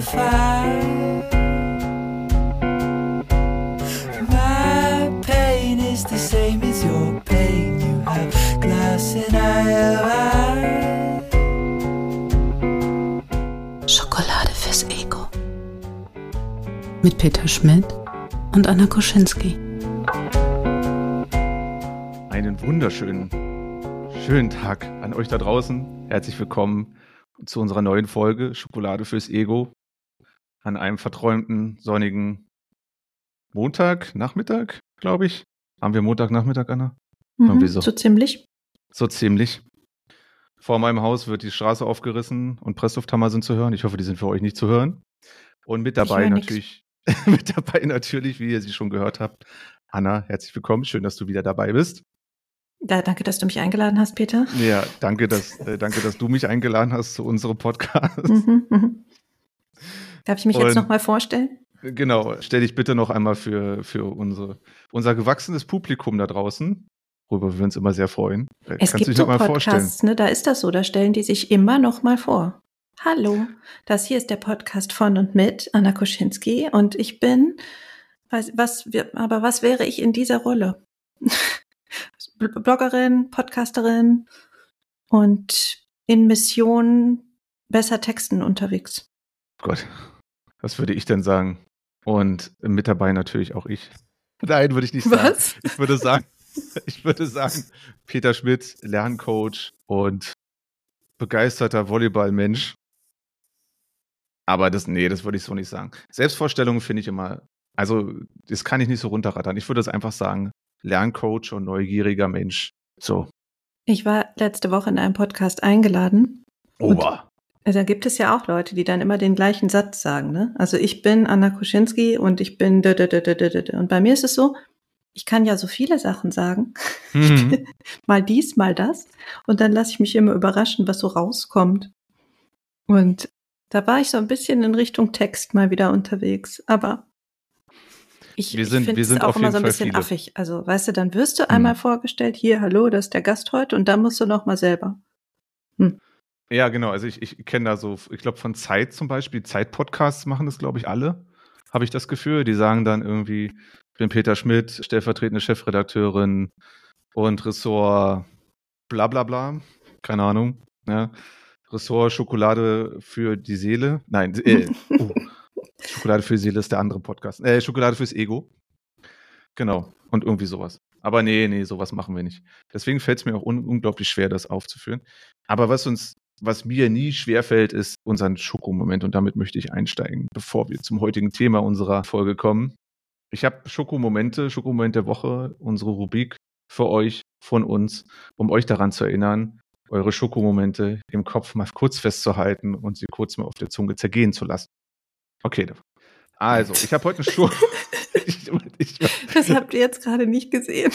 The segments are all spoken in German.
fire. My pain is the same as your pain. You have glass and I have ice. Schokolade fürs Ego. Mit Peter Schmidt und Anna Koschinski. Einen wunderschönen, schönen Tag an euch da draußen. Herzlich willkommen zu unserer neuen Folge Schokolade fürs Ego. An einem verträumten, sonnigen Montagnachmittag, glaube ich. Haben wir Montagnachmittag, Anna? So ziemlich. So ziemlich. Vor meinem Haus wird die Straße aufgerissen und Presslufthammer sind zu hören. Ich hoffe, die sind für euch nicht zu hören. Und mit dabei natürlich, wie ihr sie schon gehört habt, Anna, herzlich willkommen. Schön, dass du wieder dabei bist. Ja, danke, dass du mich eingeladen hast, Peter. Ja, danke, dass du mich eingeladen hast zu unserem Podcast. Darf ich mich jetzt nochmal vorstellen? Genau, stell dich bitte noch einmal für unser gewachsenes Publikum da draußen, worüber wir uns immer sehr freuen. Es gibt so Podcasts, ne, da ist das so, da stellen die sich immer noch mal vor. Hallo, das hier ist der Podcast von und mit Anna Koschinski und ich bin, was wäre ich in dieser Rolle? Bloggerin, Podcasterin und in Mission besser texten unterwegs. Gott, was würde ich denn sagen? Und mit dabei natürlich auch ich. Nein, würde ich nicht sagen. Was? Ich würde sagen, Peter Schmidt, Lerncoach und begeisterter Volleyballmensch. Aber das würde ich so nicht sagen. Selbstvorstellungen finde ich immer, also das kann ich nicht so runterrattern. Ich würde es einfach sagen, Lerncoach und neugieriger Mensch. So. Ich war letzte Woche in einem Podcast eingeladen. Ober. Da gibt es ja auch Leute, die dann immer den gleichen Satz sagen, ne? Also ich bin Anna Koschinski und ich bin und bei mir ist es so, ich kann ja so viele Sachen sagen. Mal dies, mal das. Und dann lasse ich mich immer überraschen, was so rauskommt. Und da war ich so ein bisschen in Richtung Text mal wieder unterwegs. Aber ich finde es auch immer so ein bisschen affig. Also, weißt du, dann wirst du einmal vorgestellt, hier, hallo, das ist der Gast heute und dann musst du noch mal selber. Ja, genau. Also ich kenne da so, ich glaube von Zeit zum Beispiel, Zeit-Podcasts machen das, glaube ich, alle, habe ich das Gefühl. Die sagen dann irgendwie, ich bin Peter Schmidt, stellvertretende Chefredakteurin und Ressort bla bla bla, keine Ahnung. Ja. Ressort Schokolade für die Seele. Nein, Schokolade für die Seele ist der andere Podcast. Schokolade fürs Ego. Genau. Und irgendwie sowas. Aber nee, sowas machen wir nicht. Deswegen fällt es mir auch unglaublich schwer, das aufzuführen. Aber was mir nie schwerfällt, ist unser Schokomoment. Und damit möchte ich einsteigen, bevor wir zum heutigen Thema unserer Folge kommen. Ich habe Schokomoment der Woche, unsere Rubrik für euch, von uns, um euch daran zu erinnern, eure Schokomomente im Kopf mal kurz festzuhalten und sie kurz mal auf der Zunge zergehen zu lassen. Okay, also, ich habe heute einen Schoko. Das habt ihr jetzt gerade nicht gesehen.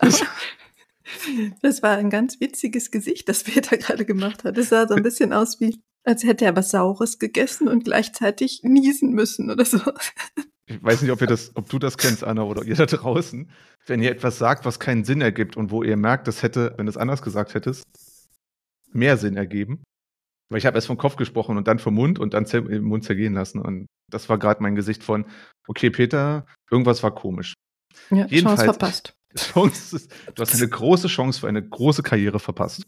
Das war ein ganz witziges Gesicht, das Peter gerade gemacht hat. Es sah so ein bisschen aus wie, als hätte er was Saures gegessen und gleichzeitig niesen müssen oder so. Ich weiß nicht, ob du das kennst, Anna, oder ihr da draußen. Wenn ihr etwas sagt, was keinen Sinn ergibt und wo ihr merkt, das hätte, wenn du es anders gesagt hättest, mehr Sinn ergeben. Weil ich habe erst vom Kopf gesprochen und dann vom Mund und dann im Mund zergehen lassen. Und das war gerade mein Gesicht von, okay, Peter, irgendwas war komisch. Ja, jedenfalls, Chance verpasst. Du hast eine große Chance für eine große Karriere verpasst.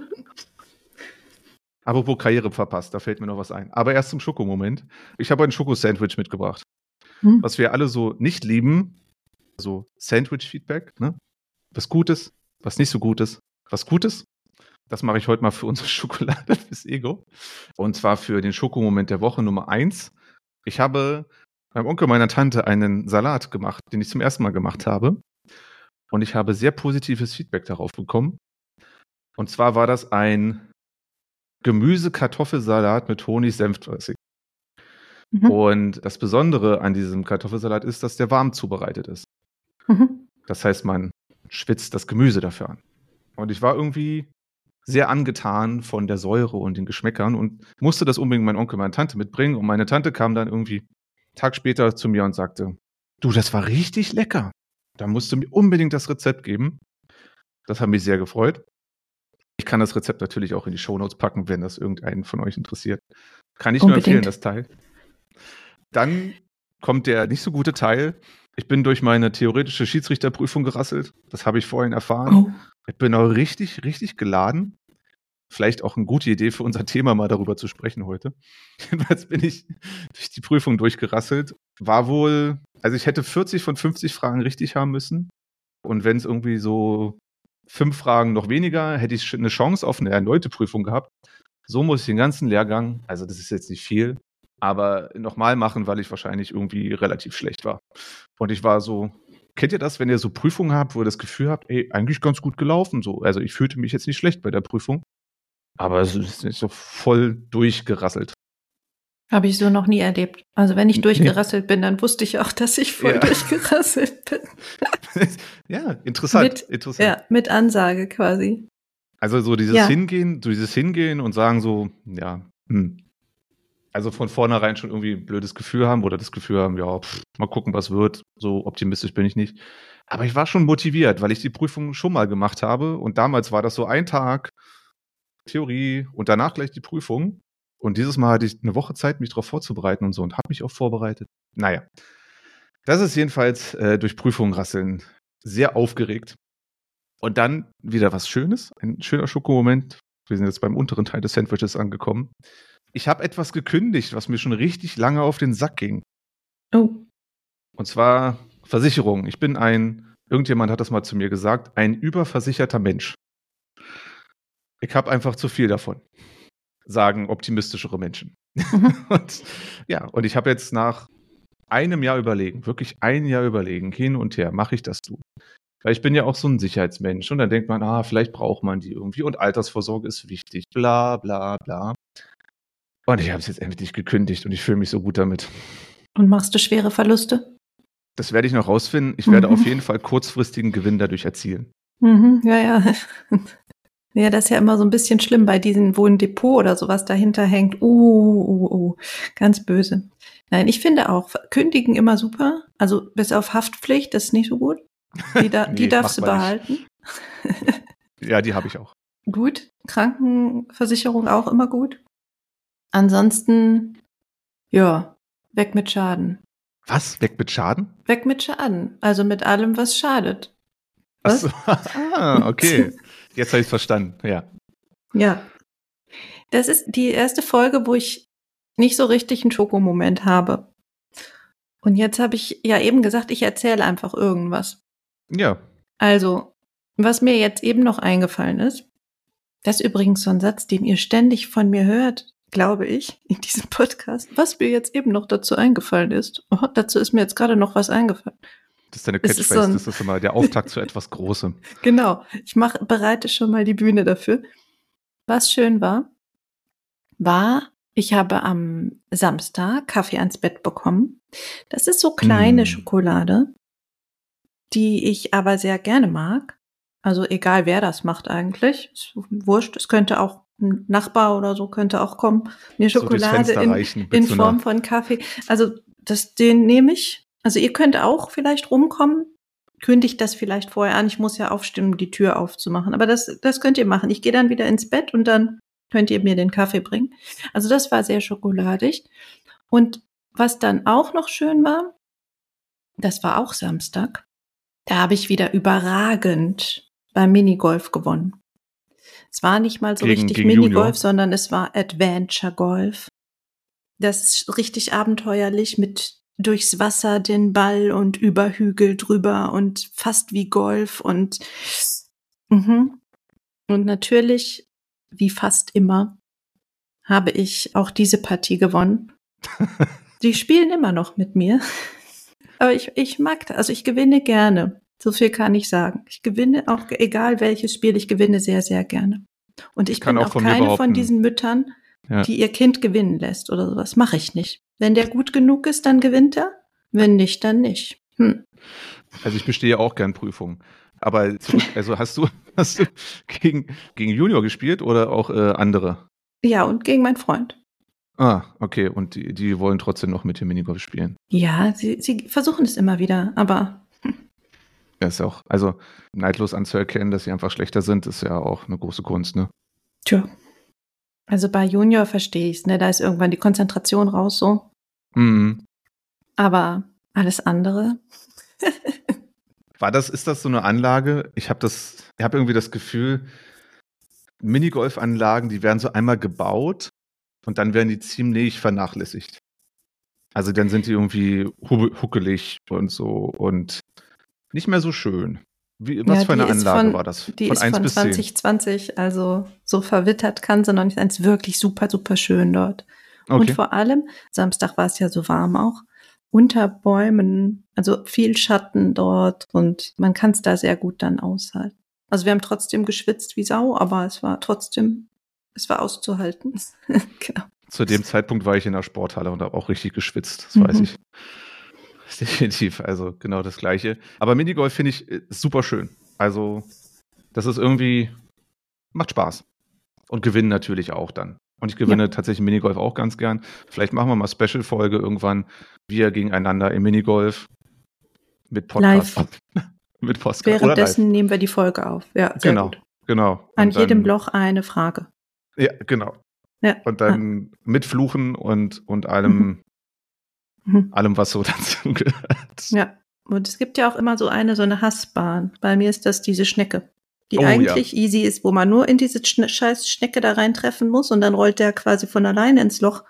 Apropos Karriere verpasst, da fällt mir noch was ein. Aber erst zum Schokomoment. Ich habe ein Schokosandwich mitgebracht. Was wir alle so nicht lieben, so Sandwich-Feedback, ne? Was Gutes, was nicht so Gutes, was Gutes. Das mache ich heute mal für unsere Schokolade fürs Ego. Und zwar für den Schokomoment der Woche Nummer 1. Ich habe beim Onkel meiner Tante einen Salat gemacht, den ich zum ersten Mal gemacht habe. Und ich habe sehr positives Feedback darauf bekommen. Und zwar war das ein Gemüse-Kartoffelsalat mit Honig-Senfdressing. Und das Besondere an diesem Kartoffelsalat ist, dass der warm zubereitet ist. Das heißt, man schwitzt das Gemüse dafür an. Und ich war irgendwie sehr angetan von der Säure und den Geschmäckern und musste das unbedingt meinen Onkel, meine Tante mitbringen. Und meine Tante kam dann irgendwie einen Tag später zu mir und sagte, du, das war richtig lecker. Da musst du mir unbedingt das Rezept geben. Das hat mich sehr gefreut. Ich kann das Rezept natürlich auch in die Shownotes packen, wenn das irgendeinen von euch interessiert. Kann ich nur empfehlen, das Teil. Dann kommt der nicht so gute Teil. Ich bin durch meine theoretische Schiedsrichterprüfung gerasselt. Das habe ich vorhin erfahren. Oh. Ich bin auch richtig, richtig geladen. Vielleicht auch eine gute Idee für unser Thema, mal darüber zu sprechen heute. Jedenfalls bin ich durch die Prüfung durchgerasselt. War wohl, also ich hätte 40 von 50 Fragen richtig haben müssen. Und wenn es irgendwie so 5 Fragen noch weniger, hätte ich eine Chance auf eine erneute Prüfung gehabt. So muss ich den ganzen Lehrgang, also das ist jetzt nicht viel, aber nochmal machen, weil ich wahrscheinlich irgendwie relativ schlecht war. Und ich war so, kennt ihr das, wenn ihr so Prüfungen habt, wo ihr das Gefühl habt, ey, eigentlich ganz gut gelaufen so. Also ich fühlte mich jetzt nicht schlecht bei der Prüfung, aber es ist nicht so voll durchgerasselt. Habe ich so noch nie erlebt. Also wenn ich durchgerasselt bin, dann wusste ich auch, dass ich voll durchgerasselt bin. Ja, interessant. Ja, mit Ansage quasi. Also so dieses Hingehen und sagen so, also von vornherein schon irgendwie ein blödes Gefühl haben oder das Gefühl haben, mal gucken, was wird. So optimistisch bin ich nicht. Aber ich war schon motiviert, weil ich die Prüfung schon mal gemacht habe und damals war das so ein Tag Theorie und danach gleich die Prüfung. Und dieses Mal hatte ich eine Woche Zeit, mich darauf vorzubereiten und so und habe mich auch vorbereitet. Naja, das ist jedenfalls durch Prüfungen rasseln sehr aufgeregt. Und dann wieder was Schönes, ein schöner Schokomoment. Wir sind jetzt beim unteren Teil des Sandwiches angekommen. Ich habe etwas gekündigt, was mir schon richtig lange auf den Sack ging. Oh. Und zwar Versicherung. Ich bin irgendjemand hat das mal zu mir gesagt, ein überversicherter Mensch. Ich habe einfach zu viel davon, sagen optimistischere Menschen. Und ich habe jetzt nach einem Jahr überlegen, wirklich ein Jahr überlegen, hin und her, mache ich das so? Weil ich bin ja auch so ein Sicherheitsmensch und dann denkt man, vielleicht braucht man die irgendwie und Altersvorsorge ist wichtig, bla bla bla. Und ich habe es jetzt endlich gekündigt und ich fühle mich so gut damit. Und machst du schwere Verluste? Das werde ich noch rausfinden. Ich werde auf jeden Fall kurzfristigen Gewinn dadurch erzielen. Ja. Ja, das ist ja immer so ein bisschen schlimm bei diesen, wo ein Depot oder sowas dahinter hängt. Ganz böse. Nein, ich finde auch, kündigen immer super. Also bis auf Haftpflicht, das ist nicht so gut. Die darfst du behalten. Ja, die habe ich auch. Gut. Krankenversicherung auch immer gut. Ansonsten, weg mit Schaden. Was? Weg mit Schaden? Weg mit Schaden. Also mit allem, was schadet. Was? Achso, okay. Jetzt habe ich es verstanden, ja. Ja. Das ist die erste Folge, wo ich nicht so richtig einen Schokomoment habe. Und jetzt habe ich ja eben gesagt, ich erzähle einfach irgendwas. Ja. Also, was mir jetzt eben noch eingefallen ist, das ist übrigens so ein Satz, den ihr ständig von mir hört, glaube ich, in diesem Podcast, was mir jetzt eben noch dazu eingefallen ist. Dazu ist mir jetzt gerade noch was eingefallen. Das ist deine Catchphrase, das ist immer der Auftakt zu etwas Großem. Genau, ich bereite schon mal die Bühne dafür. Was schön war, ich habe am Samstag Kaffee ans Bett bekommen. Das ist so kleine Schokolade, die ich aber sehr gerne mag. Also egal, wer das macht eigentlich. Ist wurscht, es könnte auch ein Nachbar oder so könnte auch kommen. Mir Schokolade in Form von Kaffee. Also den nehme ich. Also ihr könnt auch vielleicht rumkommen. Kündigt das vielleicht vorher an. Ich muss ja aufstehen, um die Tür aufzumachen. Aber das könnt ihr machen. Ich gehe dann wieder ins Bett und dann könnt ihr mir den Kaffee bringen. Also das war sehr schokoladig. Und was dann auch noch schön war, das war auch Samstag. Da habe ich wieder überragend beim Minigolf gewonnen. Es war nicht mal so richtig Minigolf, sondern es war Adventure Golf. Das ist richtig abenteuerlich mit durchs Wasser den Ball und über Hügel drüber und fast wie Golf und natürlich, wie fast immer, habe ich auch diese Partie gewonnen. Die spielen immer noch mit mir. Aber ich mag das, also ich gewinne gerne. So viel kann ich sagen. Ich gewinne auch, egal welches Spiel, ich gewinne sehr, sehr gerne. Und ich bin auch keine von diesen Müttern, die ihr Kind gewinnen lässt oder sowas. Mache ich nicht. Wenn der gut genug ist, dann gewinnt er. Wenn nicht, dann nicht. Also ich bestehe auch gern Prüfungen. Aber also hast du gegen Junior gespielt oder auch andere? Ja, und gegen meinen Freund. Ah, okay. Und die wollen trotzdem noch mit dem Minigolf spielen? Ja, sie versuchen es immer wieder, aber ja, ist ja auch, also neidlos anzuerkennen, dass sie einfach schlechter sind, ist ja auch eine große Kunst, ne? Tja. Also bei Junior verstehe ich es, ne? Da ist irgendwann die Konzentration raus, so. Mhm. Aber alles andere. Ist das so eine Anlage? Ich habe irgendwie das Gefühl, Minigolfanlagen, die werden so einmal gebaut und dann werden die ziemlich vernachlässigt. Also dann sind die irgendwie huckelig und so und nicht mehr so schön. Was für eine Anlage war das? Die ist von 2020, also so verwittert kann sie noch nicht sein. Es ist wirklich super, super schön dort. Okay. Und vor allem, Samstag war es ja so warm auch, unter Bäumen, also viel Schatten dort und man kann es da sehr gut dann aushalten. Also wir haben trotzdem geschwitzt wie Sau, aber es war auszuhalten. Genau. Zu dem Zeitpunkt war ich in der Sporthalle und habe auch richtig geschwitzt, das weiß ich. Definitiv, also genau das Gleiche. Aber Minigolf finde ich super schön. Also das ist irgendwie, macht Spaß. Und gewinnen natürlich auch dann. Und ich gewinne tatsächlich Minigolf auch ganz gern. Vielleicht machen wir mal Special-Folge irgendwann, wir gegeneinander im Minigolf mit Podcast. Live. Mit Podcast. Währenddessen nehmen wir die Folge auf. Ja, sehr gut. Genau. An jedem Loch eine Frage. Ja, genau. Ja. Und dann mit Fluchen und allem, allem, was so dazu gehört. Ja, und es gibt ja auch immer so eine Hassbahn. Bei mir ist das diese Schnecke, die eigentlich easy ist, wo man nur in diese scheiß Schnecke da reintreffen muss und dann rollt der quasi von alleine ins Loch.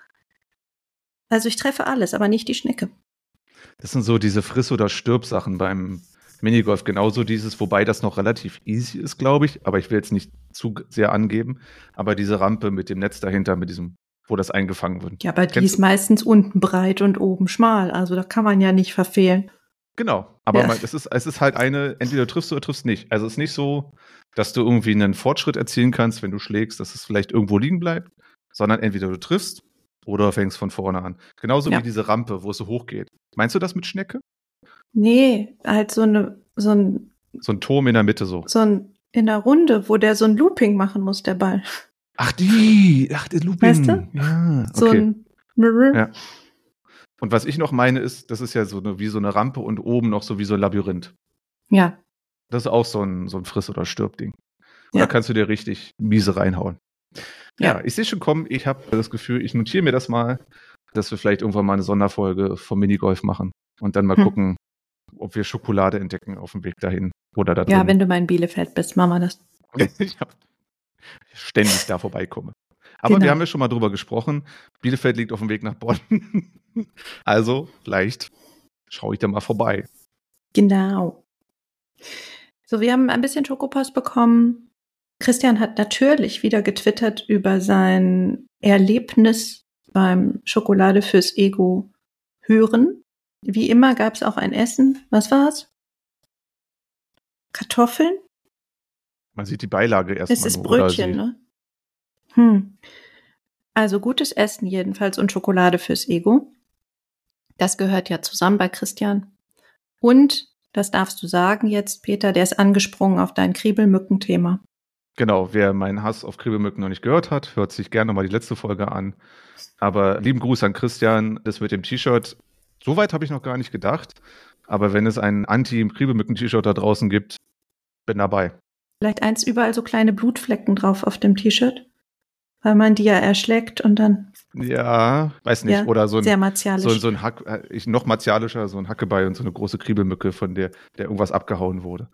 Also ich treffe alles, aber nicht die Schnecke. Das sind so diese Friss- oder Stirb-Sachen beim Minigolf, genauso dieses, wobei das noch relativ easy ist, glaube ich, aber ich will jetzt nicht zu sehr angeben, aber diese Rampe mit dem Netz dahinter, mit diesem, wo das eingefangen wird. Ja, aber die ist meistens unten breit und oben schmal, also da kann man ja nicht verfehlen. Genau, aber es ist halt entweder triffst du oder triffst nicht. Also es ist nicht so, dass du irgendwie einen Fortschritt erzielen kannst, wenn du schlägst, dass es vielleicht irgendwo liegen bleibt, sondern entweder du triffst oder fängst von vorne an. Genauso wie diese Rampe, wo es so hoch geht. Meinst du das mit Schnecke? Nee, halt so ein Turm in der Mitte so. In der Runde, wo der so ein Looping machen muss, der Ball. Ach, das Looping. Weißt du? Ja, okay. So ein Mirror. Ja. Und was ich noch meine ist, das ist ja wie so eine Rampe und oben noch so wie so ein Labyrinth. Ja. Das ist auch so ein Friss- oder Stirb-Ding. Ja. Da kannst du dir richtig miese reinhauen. Ja, ich sehe schon kommen, ich habe das Gefühl, ich notiere mir das mal, dass wir vielleicht irgendwann mal eine Sonderfolge vom Minigolf machen und dann mal gucken, ob wir Schokolade entdecken auf dem Weg dahin oder da drin. Ja, wenn du mal in Bielefeld bist, machen wir das. Ich ständig da vorbeikomme. Aber wir haben ja schon mal drüber gesprochen, Bielefeld liegt auf dem Weg nach Bonn. Also vielleicht schaue ich da mal vorbei. Genau. So, wir haben ein bisschen Schokopost bekommen. Christian hat natürlich wieder getwittert über sein Erlebnis beim Schokolade fürs Ego hören. Wie immer gab es auch ein Essen. Was war's? Kartoffeln? Man sieht die Beilage erstmal. Es ist Brötchen, ne? Also gutes Essen jedenfalls und Schokolade fürs Ego. Das gehört ja zusammen bei Christian. Und, das darfst du sagen jetzt, Peter, der ist angesprungen auf dein Kriebelmücken-Thema. Genau, wer meinen Hass auf Kriebelmücken noch nicht gehört hat, hört sich gerne mal die letzte Folge an. Aber lieben Gruß an Christian, das mit dem T-Shirt. Soweit habe ich noch gar nicht gedacht. Aber wenn es ein Anti-Kriebelmücken-T-Shirt da draußen gibt, bin dabei. Vielleicht eins überall so kleine Blutflecken drauf auf dem T-Shirt, weil man die ja erschlägt und dann... Ja, weiß nicht. Ja, oder so ein, sehr martialisch. So ein noch martialischer, so ein Hackebei und so eine große Kriebelmücke, von der irgendwas abgehauen wurde.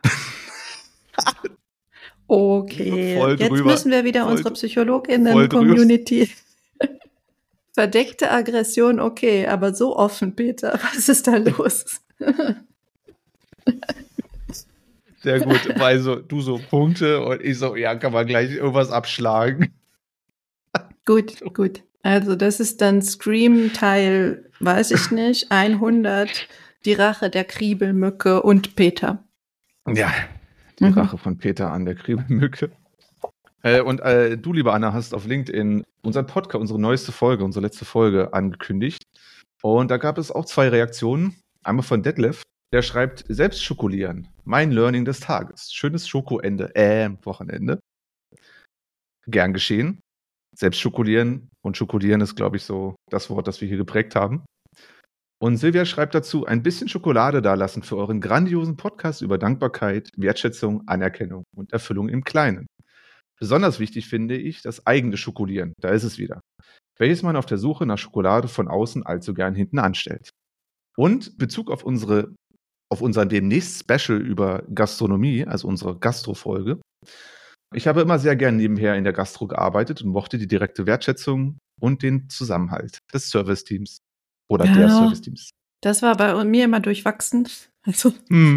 Okay, jetzt müssen wir wieder unsere PsychologInnen-Community. Verdeckte Aggression, okay, aber so offen, Peter, was ist da los? Sehr gut, weil du so Punkte und ich so, ja, kann man gleich irgendwas abschlagen. Gut. Also das ist dann Scream-Teil, weiß ich nicht, 100, die Rache der Kriebelmücke und Peter. Ja, die Rache von Peter an der Kriebelmücke. Und du, liebe Anna, hast auf LinkedIn unseren Podcast, unsere letzte Folge angekündigt. Und da gab es auch 2 Reaktionen. Einmal von Detlef, der schreibt, selbst schokolieren, mein Learning des Tages. Schönes Wochenende. Gern geschehen. Selbst schokolieren. Und schokolieren ist, glaube ich, so das Wort, das wir hier geprägt haben. Und Silvia schreibt dazu, ein bisschen Schokolade dalassen für euren grandiosen Podcast über Dankbarkeit, Wertschätzung, Anerkennung und Erfüllung im Kleinen. Besonders wichtig finde ich das eigene Schokolieren, da ist es wieder, welches man auf der Suche nach Schokolade von außen allzu gern hinten anstellt. Und Bezug auf unser demnächst Special über Gastronomie, also unsere Gastro-Folge. Ich habe immer sehr gern nebenher in der Gastro gearbeitet und mochte die direkte Wertschätzung und den Zusammenhalt des Serviceteams oder der Serviceteams. Das war bei mir immer durchwachsen. Also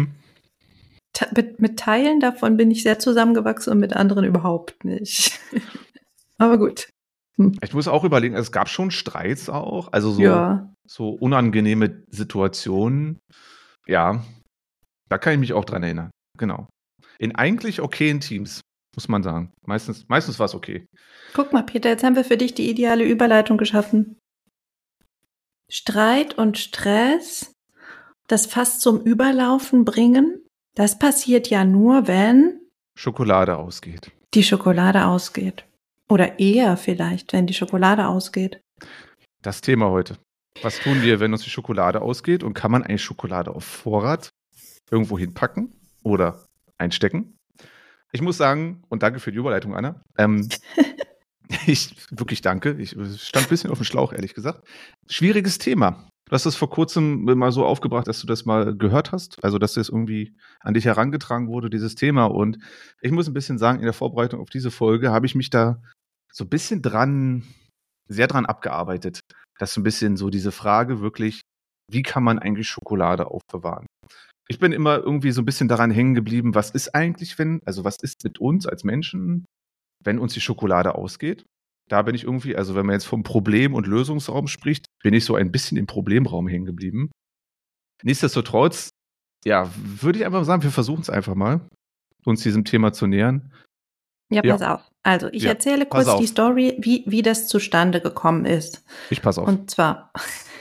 mit Teilen davon bin ich sehr zusammengewachsen und mit anderen überhaupt nicht. Aber gut. Ich muss auch überlegen, es gab schon Streits auch, also so unangenehme Situationen. Ja, da kann ich mich auch dran erinnern. Genau. In eigentlich okayen Teams, muss man sagen. Meistens war es okay. Guck mal, Peter, jetzt haben wir für dich die ideale Überleitung geschaffen. Streit und Stress, das fast zum Überlaufen bringen, das passiert ja nur, wenn Schokolade ausgeht. Die Schokolade ausgeht. Oder eher vielleicht, wenn die Schokolade ausgeht. Das Thema heute. Was tun wir, wenn uns die Schokolade ausgeht? Und kann man eigentlich Schokolade auf Vorrat irgendwo hinpacken oder einstecken? Ich muss sagen, und danke für die Überleitung, Anna. Ich wirklich danke. Ich stand ein bisschen auf dem Schlauch, ehrlich gesagt. Schwieriges Thema. Du hast das vor kurzem mal so aufgebracht, dass du das mal gehört hast. Also, dass das irgendwie an dich herangetragen wurde, dieses Thema. Und ich muss ein bisschen sagen, in der Vorbereitung auf diese Folge habe ich mich da so ein bisschen sehr dran abgearbeitet. Dass so ein bisschen so diese Frage wirklich, wie kann man eigentlich Schokolade aufbewahren? Ich bin immer irgendwie so ein bisschen daran hängen geblieben, was ist eigentlich, was ist mit uns als Menschen, wenn uns die Schokolade ausgeht? Da bin ich irgendwie, also wenn man jetzt vom Problem- und Lösungsraum spricht, bin ich so ein bisschen im Problemraum hängen geblieben. Nichtsdestotrotz, ja, würde ich einfach sagen, wir versuchen es einfach mal, uns diesem Thema zu nähern. Ja, pass auf. Also, ich erzähle kurz die Story, wie das zustande gekommen ist. Ich pass auf. Und zwar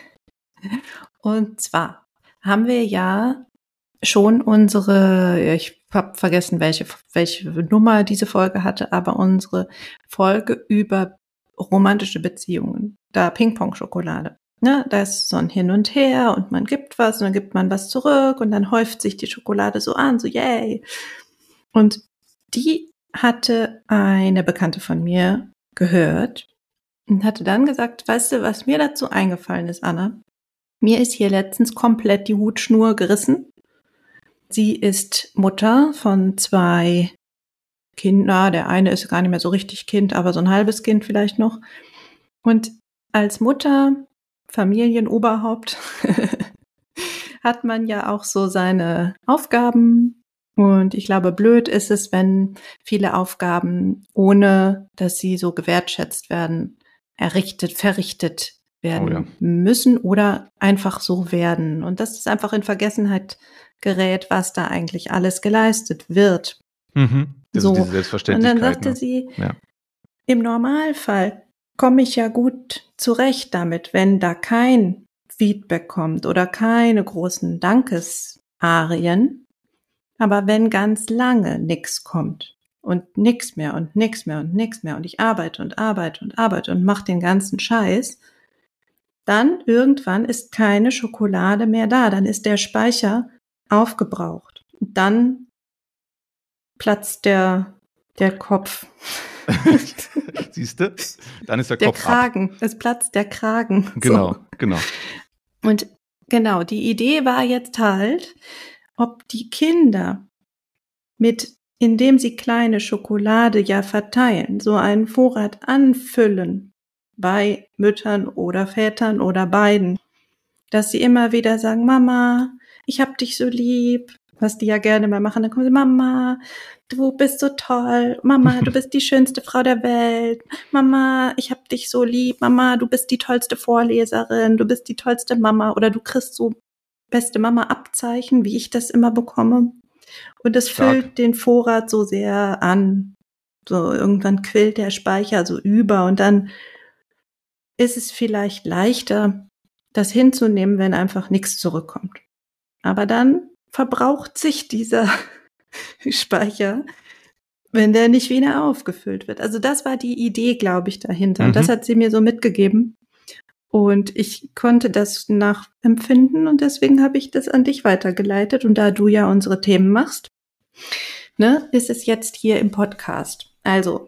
haben wir ja schon ich habe vergessen, welche Nummer diese Folge hatte, aber unsere Folge über romantische Beziehungen, da Ping-Pong-Schokolade. Ne, da ist so ein Hin und Her und man gibt was und dann gibt man was zurück und dann häuft sich die Schokolade so an, so yay. Und die hatte eine Bekannte von mir gehört und hatte dann gesagt, weißt du, was mir dazu eingefallen ist, Anna? Mir ist hier letztens komplett die Hutschnur gerissen. Sie ist Mutter von 2 Kindern. Der eine ist gar nicht mehr so richtig Kind, aber so ein halbes Kind vielleicht noch. Und als Mutter, Familienoberhaupt, hat man ja auch so seine Aufgaben. Und ich glaube, blöd ist es, wenn viele Aufgaben, ohne dass sie so gewertschätzt werden, verrichtet werden müssen oder einfach so werden. Und dass es einfach in Vergessenheit gerät, was da eigentlich alles geleistet wird. So. Diese Selbstverständlichkeit. Und dann sagte sie, im Normalfall komme ich ja gut zurecht damit, wenn da kein Feedback kommt oder keine großen Dankesarien. Aber wenn ganz lange nichts kommt und nichts mehr und nichts mehr und nichts mehr und ich arbeite und arbeite und arbeite und mache den ganzen Scheiß, dann irgendwann ist keine Schokolade mehr da. Dann ist der Speicher aufgebraucht. Und dann platzt der Kopf. Siehst du? Dann ist der Kopf Kragen. Ab. Es platzt der Kragen. Genau, so. Genau. Und genau, die Idee war jetzt halt, ob die Kinder indem sie kleine Schokolade ja verteilen, so einen Vorrat anfüllen bei Müttern oder Vätern oder beiden, dass sie immer wieder sagen, Mama, ich hab dich so lieb, was die ja gerne mal machen, dann kommen sie, Mama, du bist so toll, Mama, du bist die schönste Frau der Welt, Mama, ich hab dich so lieb, Mama, du bist die tollste Vorleserin, du bist die tollste Mama oder du kriegst so beste Mama-Abzeichen, wie ich das immer bekomme. Und das füllt den Vorrat so sehr an. So irgendwann quillt der Speicher so über und dann ist es vielleicht leichter, das hinzunehmen, wenn einfach nichts zurückkommt. Aber dann verbraucht sich dieser Speicher, wenn der nicht wieder aufgefüllt wird. Also das war die Idee, glaube ich, dahinter. Und das hat sie mir so mitgegeben. Und ich konnte das nachempfinden und deswegen habe ich das an dich weitergeleitet. Und da du ja unsere Themen machst, ist es jetzt hier im Podcast. Also,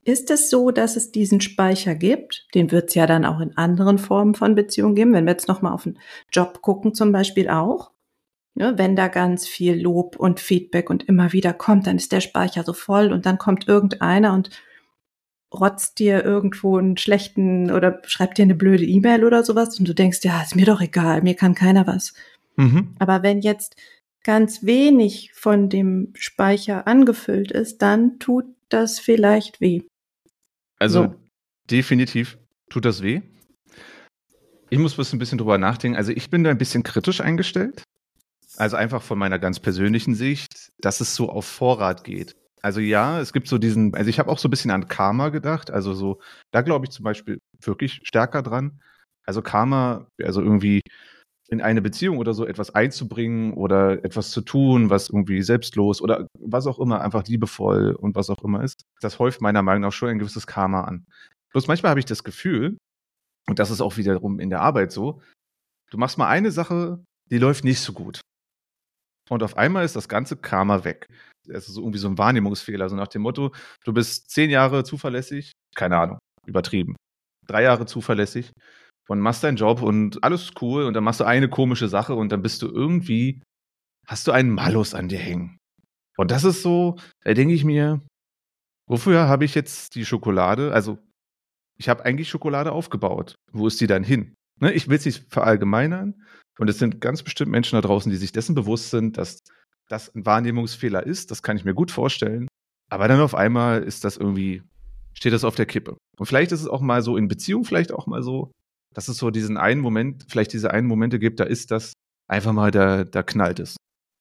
ist es so, dass es diesen Speicher gibt? Den wird es ja dann auch in anderen Formen von Beziehungen geben. Wenn wir jetzt nochmal auf den Job gucken zum Beispiel auch. Ne, wenn da ganz viel Lob und Feedback und immer wieder kommt, dann ist der Speicher so voll und dann kommt irgendeiner und rotzt dir irgendwo einen schlechten oder schreibt dir eine blöde E-Mail oder sowas und du denkst, ja, ist mir doch egal, mir kann keiner was. Aber wenn jetzt ganz wenig von dem Speicher angefüllt ist, dann tut das vielleicht weh. Also definitiv tut das weh. Ich muss ein bisschen drüber nachdenken. Also ich bin da ein bisschen kritisch eingestellt. Also einfach von meiner ganz persönlichen Sicht, dass es so auf Vorrat geht. Also ja, es gibt so also ich habe auch so ein bisschen an Karma gedacht. Also so, da glaube ich zum Beispiel wirklich stärker dran. Also Karma, also irgendwie in eine Beziehung oder so etwas einzubringen oder etwas zu tun, was irgendwie selbstlos oder was auch immer, einfach liebevoll und was auch immer ist. Das häuft meiner Meinung nach schon ein gewisses Karma an. Bloß manchmal habe ich das Gefühl, und das ist auch wiederum in der Arbeit so, du machst mal eine Sache, die läuft nicht so gut. Und auf einmal ist das ganze Karma weg. Es ist irgendwie so ein Wahrnehmungsfehler, so nach dem Motto, du bist 10 Jahre zuverlässig, keine Ahnung, übertrieben. 3 Jahre zuverlässig und machst deinen Job und alles ist cool und dann machst du eine komische Sache und dann bist du irgendwie, hast du einen Malus an dir hängen. Und das ist so, da denke ich mir, wofür habe ich jetzt die Schokolade? Also, ich habe eigentlich Schokolade aufgebaut. Wo ist die dann hin? Ne, ich will es nicht verallgemeinern. Und es sind ganz bestimmt Menschen da draußen, die sich dessen bewusst sind, dass das ein Wahrnehmungsfehler ist. Das kann ich mir gut vorstellen. Aber dann auf einmal ist das irgendwie, steht das auf der Kippe. Und vielleicht ist es auch mal so in Beziehung, vielleicht auch mal so, dass es so diesen einen Moment, vielleicht diese einen Momente gibt, da ist das einfach mal, da knallt es.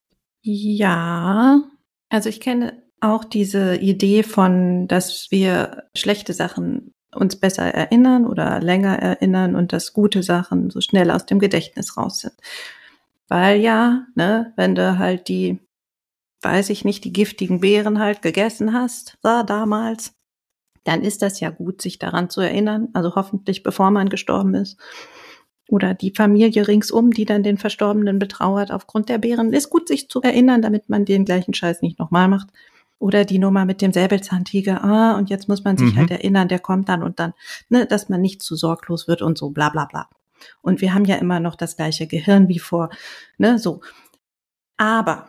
Ja, also ich kenne auch diese Idee von, dass wir schlechte Sachen uns besser erinnern oder länger erinnern und dass gute Sachen so schnell aus dem Gedächtnis raus sind. Weil ja, ne, wenn du halt die, weiß ich nicht, die giftigen Beeren halt gegessen hast, damals, dann ist das ja gut, sich daran zu erinnern, also hoffentlich bevor man gestorben ist. Oder die Familie ringsum, die dann den Verstorbenen betrauert aufgrund der Beeren, ist gut, sich zu erinnern, damit man den gleichen Scheiß nicht nochmal macht. Oder die Nummer mit dem Säbelzahntiger, und jetzt muss man sich halt erinnern, der kommt dann und dann, ne, dass man nicht zu sorglos wird und so, bla bla bla. Und wir haben ja immer noch das gleiche Gehirn wie vor, ne, so. Aber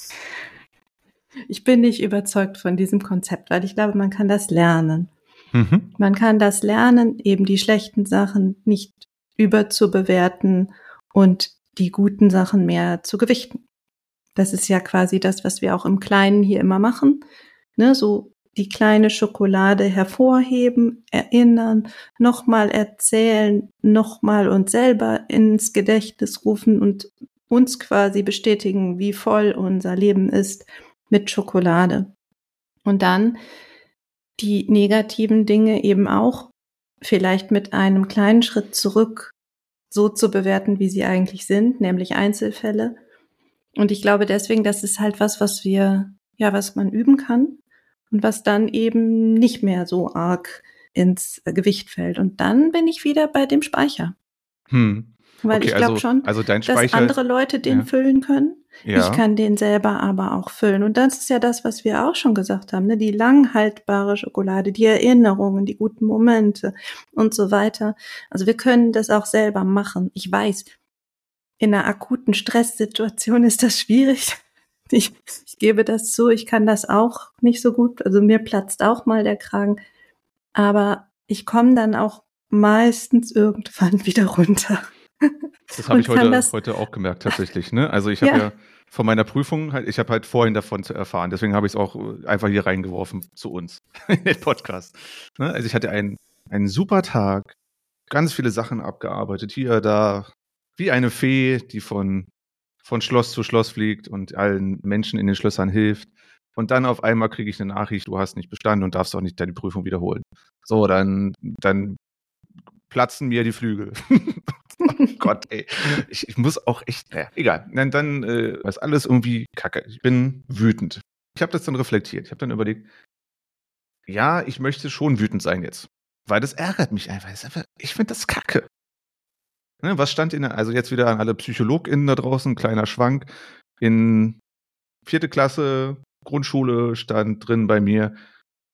ich bin nicht überzeugt von diesem Konzept, weil ich glaube, man kann das lernen. Man kann das lernen, eben die schlechten Sachen nicht überzubewerten und die guten Sachen mehr zu gewichten. Das ist ja quasi das, was wir auch im Kleinen hier immer machen. Ne, so die kleine Schokolade hervorheben, erinnern, nochmal erzählen, nochmal uns selber ins Gedächtnis rufen und uns quasi bestätigen, wie voll unser Leben ist mit Schokolade. Und dann die negativen Dinge eben auch vielleicht mit einem kleinen Schritt zurück so zu bewerten, wie sie eigentlich sind, nämlich Einzelfälle. Und ich glaube deswegen, das ist halt was was man üben kann und was dann eben nicht mehr so arg ins Gewicht fällt. Und dann bin ich wieder bei dem Speicher. Weil okay, ich glaube schon, dein Speicher, dass andere Leute den füllen können. Ja. Ich kann den selber aber auch füllen. Und das ist ja das, was wir auch schon gesagt haben, ne? Die langhaltbare Schokolade, die Erinnerungen, die guten Momente und so weiter. Also wir können das auch selber machen. Ich weiß, in einer akuten Stresssituation ist das schwierig. Ich gebe das zu, ich kann das auch nicht so gut. Also mir platzt auch mal der Kragen. Aber ich komme dann auch meistens irgendwann wieder runter. Das habe ich heute auch gemerkt tatsächlich. Ne? Also ich habe ja von meiner Prüfung, ich habe halt vorhin davon zu erfahren. Deswegen habe ich es auch einfach hier reingeworfen zu uns in den Podcast. Ne? Also ich hatte einen super Tag, ganz viele Sachen abgearbeitet, hier, da, wie eine Fee, die von Schloss zu Schloss fliegt und allen Menschen in den Schlössern hilft. Und dann auf einmal kriege ich eine Nachricht, du hast nicht bestanden und darfst auch nicht deine Prüfung wiederholen. So, dann platzen mir die Flügel. Oh Gott, ey. Ich muss auch echt, egal. Dann ist alles irgendwie kacke. Ich bin wütend. Ich habe das dann reflektiert. Ich habe dann überlegt, ja, ich möchte schon wütend sein jetzt. Weil das ärgert mich einfach. Ich finde das kacke. Ne, was stand also jetzt wieder an alle PsychologInnen da draußen, kleiner Schwank. In 4. Klasse, Grundschule stand drin bei mir,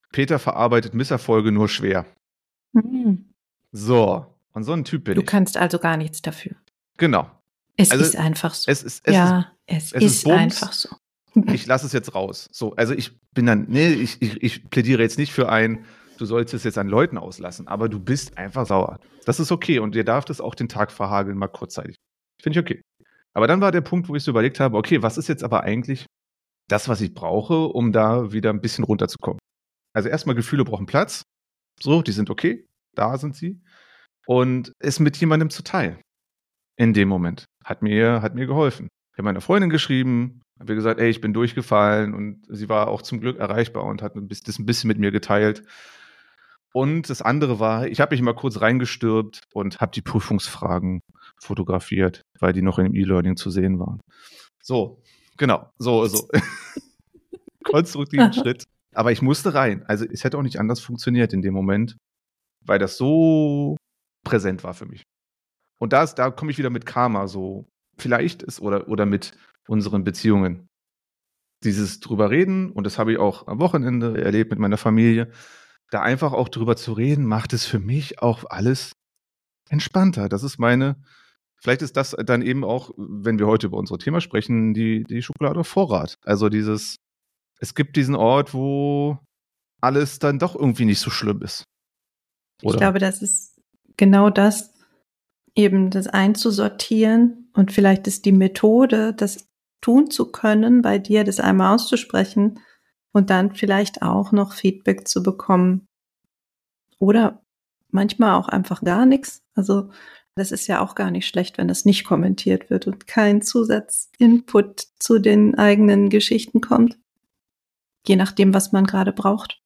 Peter verarbeitet Misserfolge nur schwer. Mhm. So, und so ein Typ bin Du ich. kannst also gar nichts dafür. Genau. Es Also, ist einfach so. Es ist es ist Bums. einfach so. Ich lasse es jetzt raus. So, also ich bin dann, ich plädiere jetzt nicht für du sollst es jetzt an Leuten auslassen, aber du bist einfach sauer. Das ist okay und dir darf das auch den Tag verhageln, mal kurzzeitig. Finde ich okay. Aber dann war der Punkt, wo ich so überlegt habe, okay, was ist jetzt aber eigentlich das, was ich brauche, um da wieder ein bisschen runterzukommen? Also erstmal, Gefühle brauchen Platz. So, die sind okay, da sind sie. Und es mit jemandem zu teilen. In dem Moment. Hat mir geholfen. Ich habe meiner Freundin geschrieben, habe ihr gesagt, ey, ich bin durchgefallen und sie war auch zum Glück erreichbar und hat das ein bisschen mit mir geteilt. Und das andere war, ich habe mich mal kurz reingestürbt und habe die Prüfungsfragen fotografiert, weil die noch im E-Learning zu sehen waren. So, genau, so. Konstruktiven Schritt. Aber ich musste rein. Also es hätte auch nicht anders funktioniert in dem Moment, weil das so präsent war für mich. Und da komme ich wieder mit Karma so. Vielleicht ist oder mit unseren Beziehungen. Dieses drüber reden, und das habe ich auch am Wochenende erlebt mit meiner Familie, da einfach auch drüber zu reden, macht es für mich auch alles entspannter. Das ist vielleicht ist das dann eben auch, wenn wir heute über unser Thema sprechen, die Schokolade auf Vorrat. Also es gibt diesen Ort, wo alles dann doch irgendwie nicht so schlimm ist. Oder? Ich glaube, das ist genau das, eben das einzusortieren, und vielleicht ist die Methode, das tun zu können, bei dir das einmal auszusprechen und dann vielleicht auch noch Feedback zu bekommen. Oder manchmal auch einfach gar nichts. Also das ist ja auch gar nicht schlecht, wenn das nicht kommentiert wird und kein Zusatzinput zu den eigenen Geschichten kommt. Je nachdem, was man gerade braucht.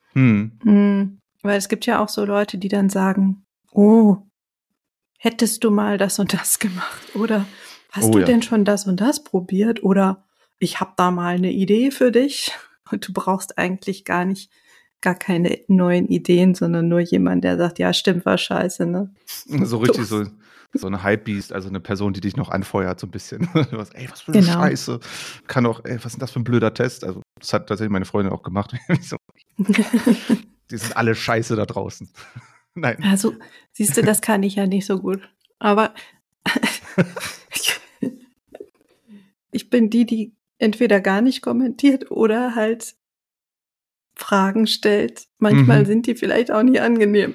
Weil es gibt ja auch so Leute, die dann sagen, oh, hättest du mal das und das gemacht? Oder hast du denn schon das und das probiert? Oder ich habe da mal eine Idee für dich. Und du brauchst eigentlich gar keine neuen Ideen, sondern nur jemand, der sagt, ja, stimmt, war scheiße, ne? So richtig so eine Hypebeast, also eine Person, die dich noch anfeuert, so ein bisschen. Ey, was für eine Scheiße. Kann doch, was ist denn das für ein blöder Test? Also, das hat tatsächlich meine Freundin auch gemacht. Die sind alle scheiße da draußen. Nein. Also, siehst du, das kann ich ja nicht so gut. Aber ich bin die entweder gar nicht kommentiert oder halt Fragen stellt. Manchmal sind die vielleicht auch nicht angenehm.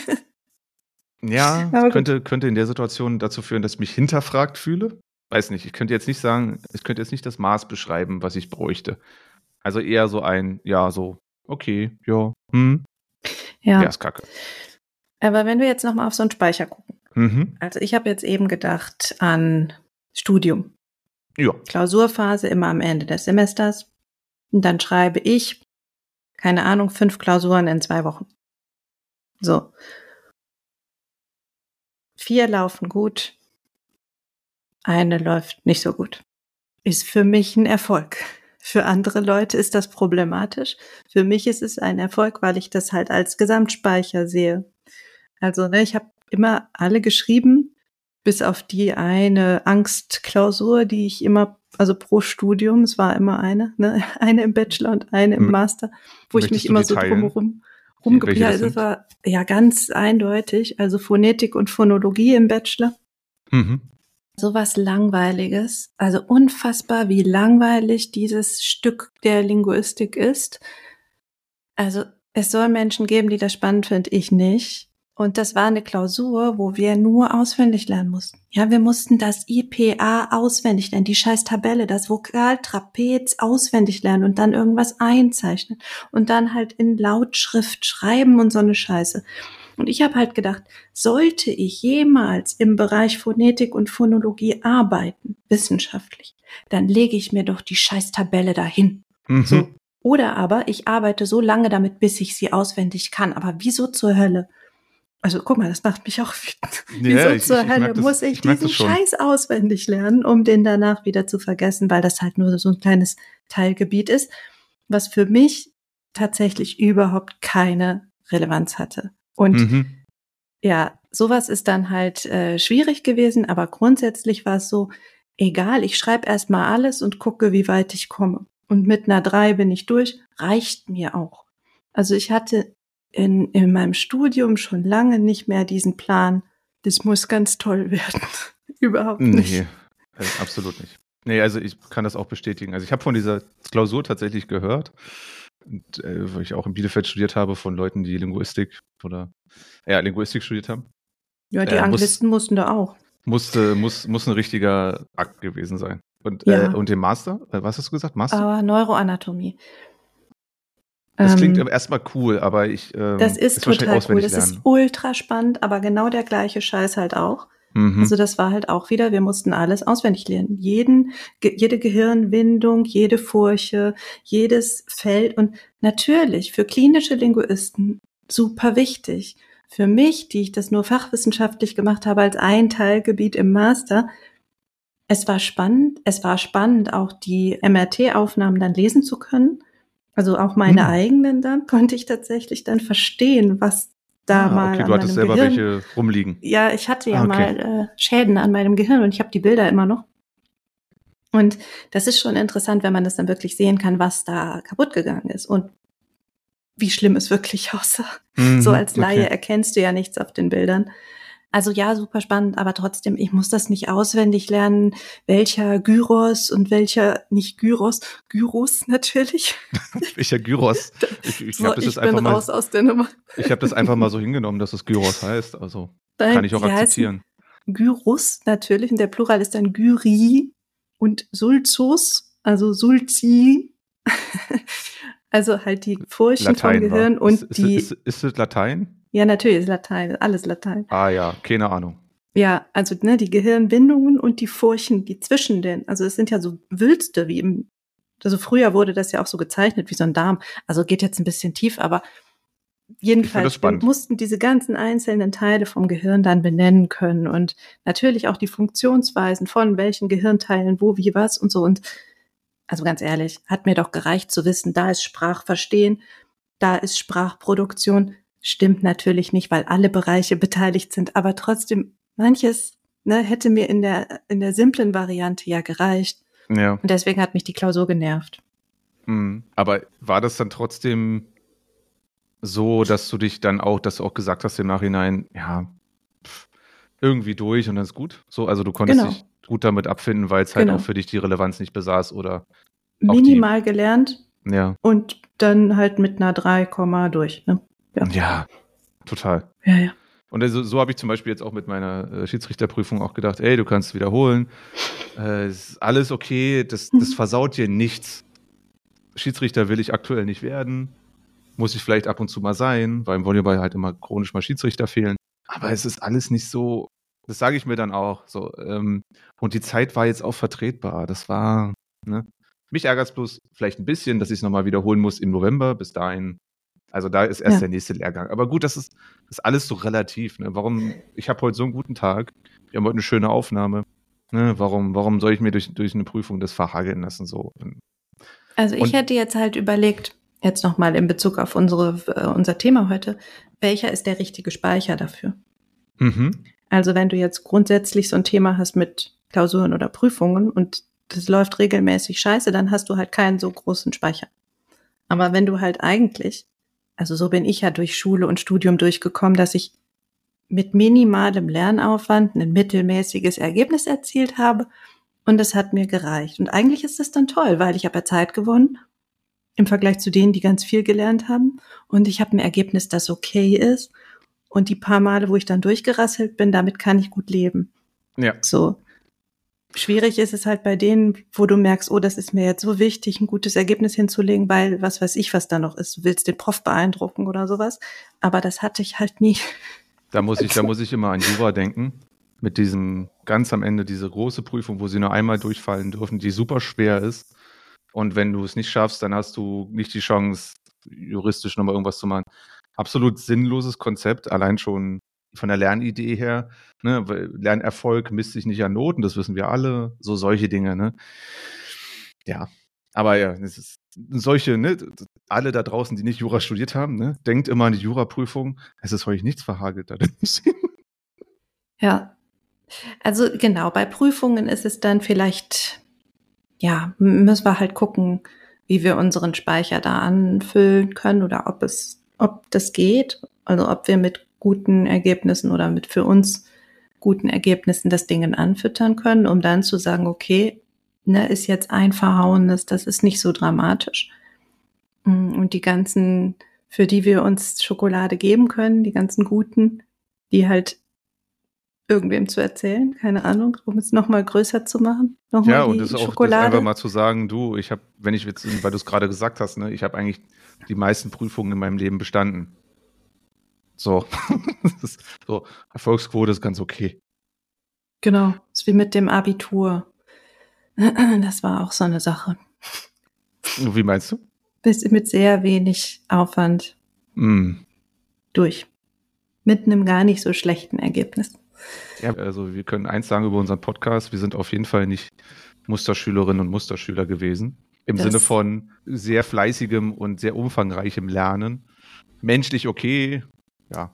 Ja, könnte in der Situation dazu führen, dass ich mich hinterfragt fühle. Weiß nicht, ich könnte jetzt nicht das Maß beschreiben, was ich bräuchte. Also eher so okay, ja, Ja, ist kacke. Aber wenn wir jetzt nochmal auf so einen Speicher gucken. Also ich habe jetzt eben gedacht an Studium. Ja. Klausurphase immer am Ende des Semesters. Und dann schreibe ich, keine Ahnung, 5 Klausuren in 2 Wochen. So. 4 laufen gut. Eine läuft nicht so gut. Ist für mich ein Erfolg. Für andere Leute ist das problematisch. Für mich ist es ein Erfolg, weil ich das halt als Gesamtspeicher sehe. Also, ich habe immer alle geschrieben, bis auf die eine Angstklausur, die ich immer, also pro Studium, es war immer eine im Bachelor und eine im Master, wo ich mich immer so drumherum rumgeblieben habe. Das war ja ganz eindeutig, also Phonetik und Phonologie im Bachelor. Sowas Langweiliges, also unfassbar, wie langweilig dieses Stück der Linguistik ist. Also es soll Menschen geben, die das spannend finden, ich nicht. Und das war eine Klausur, wo wir nur auswendig lernen mussten. Ja, wir mussten das IPA auswendig lernen, die scheiß Tabelle, das Vokaltrapez auswendig lernen und dann irgendwas einzeichnen und dann halt in Lautschrift schreiben und so eine Scheiße. Und ich habe halt gedacht, sollte ich jemals im Bereich Phonetik und Phonologie arbeiten, wissenschaftlich, dann lege ich mir doch die scheiß Tabelle dahin. So. Oder aber ich arbeite so lange damit, bis ich sie auswendig kann. Aber wieso zur Hölle? Also guck mal, das macht mich auch wütend. Wieso zur Hölle muss ich diesen Scheiß auswendig lernen, um den danach wieder zu vergessen, weil das halt nur so ein kleines Teilgebiet ist, was für mich tatsächlich überhaupt keine Relevanz hatte. Und ja, sowas ist dann halt schwierig gewesen, aber grundsätzlich war es so, egal, ich schreibe erstmal alles und gucke, wie weit ich komme. Und mit einer 3 bin ich durch, reicht mir auch. Also ich hatte in meinem Studium schon lange nicht mehr diesen Plan, das muss ganz toll werden. Überhaupt nicht. Nee, absolut nicht. Nee, also ich kann das auch bestätigen. Also ich habe von dieser Klausur tatsächlich gehört, und, weil ich auch in Bielefeld studiert habe, von Leuten, die Linguistik studiert haben. Ja, die Anglisten mussten da auch. Muss ein richtiger Akt gewesen sein. Und, Ja. und den Master? Was hast du gesagt? Master? Neuroanatomie. Das klingt erstmal cool, aber das ist total cool. Das ist ultra spannend, aber genau der gleiche Scheiß halt auch. Mhm. Also das war halt auch wieder, wir mussten alles auswendig lernen. Jede Gehirnwindung, jede Furche, jedes Feld. Und natürlich für klinische Linguisten super wichtig. Für mich, die ich das nur fachwissenschaftlich gemacht habe als ein Teilgebiet im Master, es war spannend. Es war spannend, auch die MRT-Aufnahmen dann lesen zu können. Also auch meine eigenen dann konnte ich tatsächlich dann verstehen, was da mal okay, an du hattest meinem selber Gehirn, welche rumliegen. Ja, ich hatte ja mal Schäden an meinem Gehirn und ich habe die Bilder immer noch. Und das ist schon interessant, wenn man das dann wirklich sehen kann, was da kaputt gegangen ist und wie schlimm es wirklich aussah. So als Laie erkennst du ja nichts auf den Bildern. Also ja, super spannend, aber trotzdem, ich muss das nicht auswendig lernen, welcher Gyros und welcher, nicht Gyros natürlich. Welcher Gyros? Ich bin raus aus der Nummer. Ich habe das einfach mal so hingenommen, dass es Gyros heißt, also kann ich auch akzeptieren. Gyros natürlich und der Plural ist dann Gyri und Sulzus, also Sulzi. Also halt die Furchen Latein vom Gehirn und Ist es Latein? Ja, natürlich ist Latein, alles Latein. Ah ja, keine Ahnung. Ja, also die Gehirnwindungen und die Furchen, die zwischen den, also es sind ja so Wülste also früher wurde das ja auch so gezeichnet wie so ein Darm. Also geht jetzt ein bisschen tief, aber jedenfalls wir mussten diese ganzen einzelnen Teile vom Gehirn dann benennen können und natürlich auch die Funktionsweisen von welchen Gehirnteilen, wo, wie, was und so. Und also ganz ehrlich, hat mir doch gereicht zu wissen, da ist Sprachverstehen, da ist Sprachproduktion. Stimmt natürlich nicht, weil alle Bereiche beteiligt sind, aber trotzdem manches hätte mir in der simplen Variante ja gereicht. Ja. Und deswegen hat mich die Klausur genervt. Aber war das dann trotzdem so, dass du auch gesagt hast im Nachhinein, ja, irgendwie durch und dann ist gut? So, also du konntest dich gut damit abfinden, weil es halt auch für dich die Relevanz nicht besaß oder minimal gelernt. Ja. Und dann halt mit einer 3, durch, ne? Ja, total. Ja. Und also, so habe ich zum Beispiel jetzt auch mit meiner Schiedsrichterprüfung auch gedacht, ey, du kannst wiederholen, ist alles okay, das versaut dir nichts. Schiedsrichter will ich aktuell nicht werden, muss ich vielleicht ab und zu mal sein, weil im Volleyball halt immer chronisch mal Schiedsrichter fehlen. Aber es ist alles nicht so, das sage ich mir dann auch. So, und die Zeit war jetzt auch vertretbar. Das war, ne? Mich ärgert es bloß vielleicht ein bisschen, dass ich es nochmal wiederholen muss im November. Bis dahin, also da ist erst der nächste Lehrgang. Aber gut, das ist alles so relativ. Ne? Ich habe heute so einen guten Tag, wir haben heute eine schöne Aufnahme. Ne? Warum soll ich mir durch eine Prüfung das verhageln lassen? So? Also ich hätte jetzt halt überlegt, jetzt nochmal in Bezug auf unser Thema heute, welcher ist der richtige Speicher dafür? Also wenn du jetzt grundsätzlich so ein Thema hast mit Klausuren oder Prüfungen und das läuft regelmäßig scheiße, dann hast du halt keinen so großen Speicher. Aber wenn du halt eigentlich, also so bin ich ja durch Schule und Studium durchgekommen, dass ich mit minimalem Lernaufwand ein mittelmäßiges Ergebnis erzielt habe und das hat mir gereicht. Und eigentlich ist das dann toll, weil ich habe ja Zeit gewonnen im Vergleich zu denen, die ganz viel gelernt haben und ich habe ein Ergebnis, das okay ist und die paar Male, wo ich dann durchgerasselt bin, damit kann ich gut leben. Ja. So. Schwierig ist es halt bei denen, wo du merkst, oh, das ist mir jetzt so wichtig, ein gutes Ergebnis hinzulegen, weil was weiß ich, was da noch ist. Du willst den Prof beeindrucken oder sowas. Aber das hatte ich halt nie. Da muss ich immer an Jura denken. Mit diesem ganz am Ende diese große Prüfung, wo sie nur einmal durchfallen dürfen, die super schwer ist. Und wenn du es nicht schaffst, dann hast du nicht die Chance, juristisch nochmal irgendwas zu machen. Absolut sinnloses Konzept, allein schon von der Lernidee her, ne, weil Lernerfolg misst sich nicht an Noten, das wissen wir alle, so solche Dinge, ne. Ja, aber ja, es ist solche, ne, alle da draußen, die nicht Jura studiert haben, ne, denkt immer an die Juraprüfung, es ist euch nichts verhagelt da. Ja, also genau, bei Prüfungen ist es dann vielleicht, ja, müssen wir halt gucken, wie wir unseren Speicher da anfüllen können oder ob das geht, also ob wir mit guten Ergebnissen oder mit für uns guten Ergebnissen das Ding anfüttern können, um dann zu sagen, okay, ne, ist jetzt ein verhauenes, das ist nicht so dramatisch. Und die ganzen, für die wir uns Schokolade geben können, die ganzen guten, die halt irgendwem zu erzählen, keine Ahnung, um es nochmal größer zu machen. Ja, und das ist auch das einfach mal zu sagen, du, ich habe, wenn ich jetzt, weil du es gerade gesagt hast, ne, ich habe eigentlich die meisten Prüfungen in meinem Leben bestanden. So, so Erfolgsquote ist ganz okay. Genau, ist wie mit dem Abitur. Das war auch so eine Sache. Wie meinst du? Mit sehr wenig Aufwand durch. Mit einem gar nicht so schlechten Ergebnis. Ja, also wir können eins sagen über unseren Podcast, wir sind auf jeden Fall nicht Musterschülerinnen und Musterschüler gewesen. Im Sinne von sehr fleißigem und sehr umfangreichem Lernen. Menschlich okay, ja.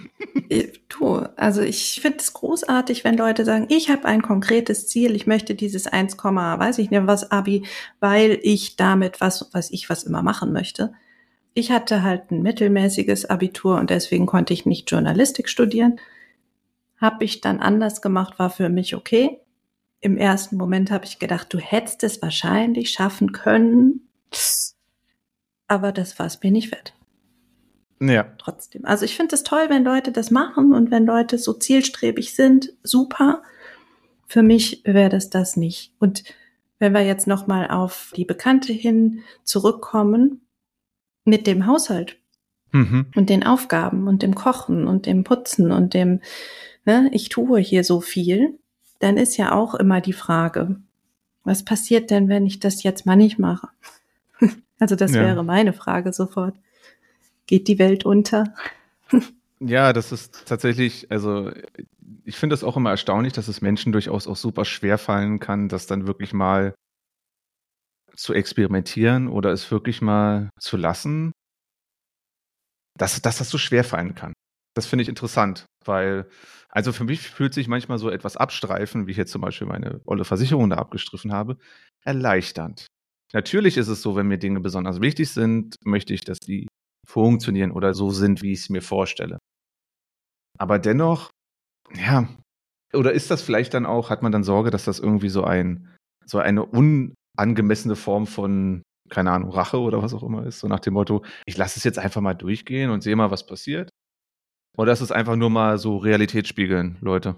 Also ich finde es großartig, wenn Leute sagen, ich habe ein konkretes Ziel, ich möchte dieses 1, weiß ich nicht was Abi, weil ich damit was immer machen möchte. Ich hatte halt ein mittelmäßiges Abitur und deswegen konnte ich nicht Journalistik studieren. Habe ich dann anders gemacht, war für mich okay. Im ersten Moment habe ich gedacht, du hättest es wahrscheinlich schaffen können, aber das war es mir nicht wert. Ja. Trotzdem. Also ich finde es toll, wenn Leute das machen und wenn Leute so zielstrebig sind, super. Für mich wäre das nicht. Und wenn wir jetzt nochmal auf die Bekannte hin zurückkommen, mit dem Haushalt und den Aufgaben und dem Kochen und dem Putzen und dem, ne, ich tue hier so viel, dann ist ja auch immer die Frage, was passiert denn, wenn ich das jetzt mal nicht mache? Also das wäre meine Frage sofort. Geht die Welt unter? Ja, das ist tatsächlich, also ich finde das auch immer erstaunlich, dass es Menschen durchaus auch super schwer fallen kann, das dann wirklich mal zu experimentieren oder es wirklich mal zu lassen, dass das so schwer fallen kann. Das finde ich interessant, weil, also für mich fühlt sich manchmal so etwas abstreifen, wie ich jetzt zum Beispiel meine olle Versicherung da abgestriffen habe, erleichternd. Natürlich ist es so, wenn mir Dinge besonders wichtig sind, möchte ich, dass die funktionieren oder so sind, wie ich es mir vorstelle. Aber dennoch, ja, oder ist das vielleicht dann auch, hat man dann Sorge, dass das irgendwie so eine unangemessene Form von, keine Ahnung, Rache oder was auch immer ist, so nach dem Motto, ich lasse es jetzt einfach mal durchgehen und sehe mal, was passiert? Oder ist es einfach nur mal so Realität spiegeln, Leute?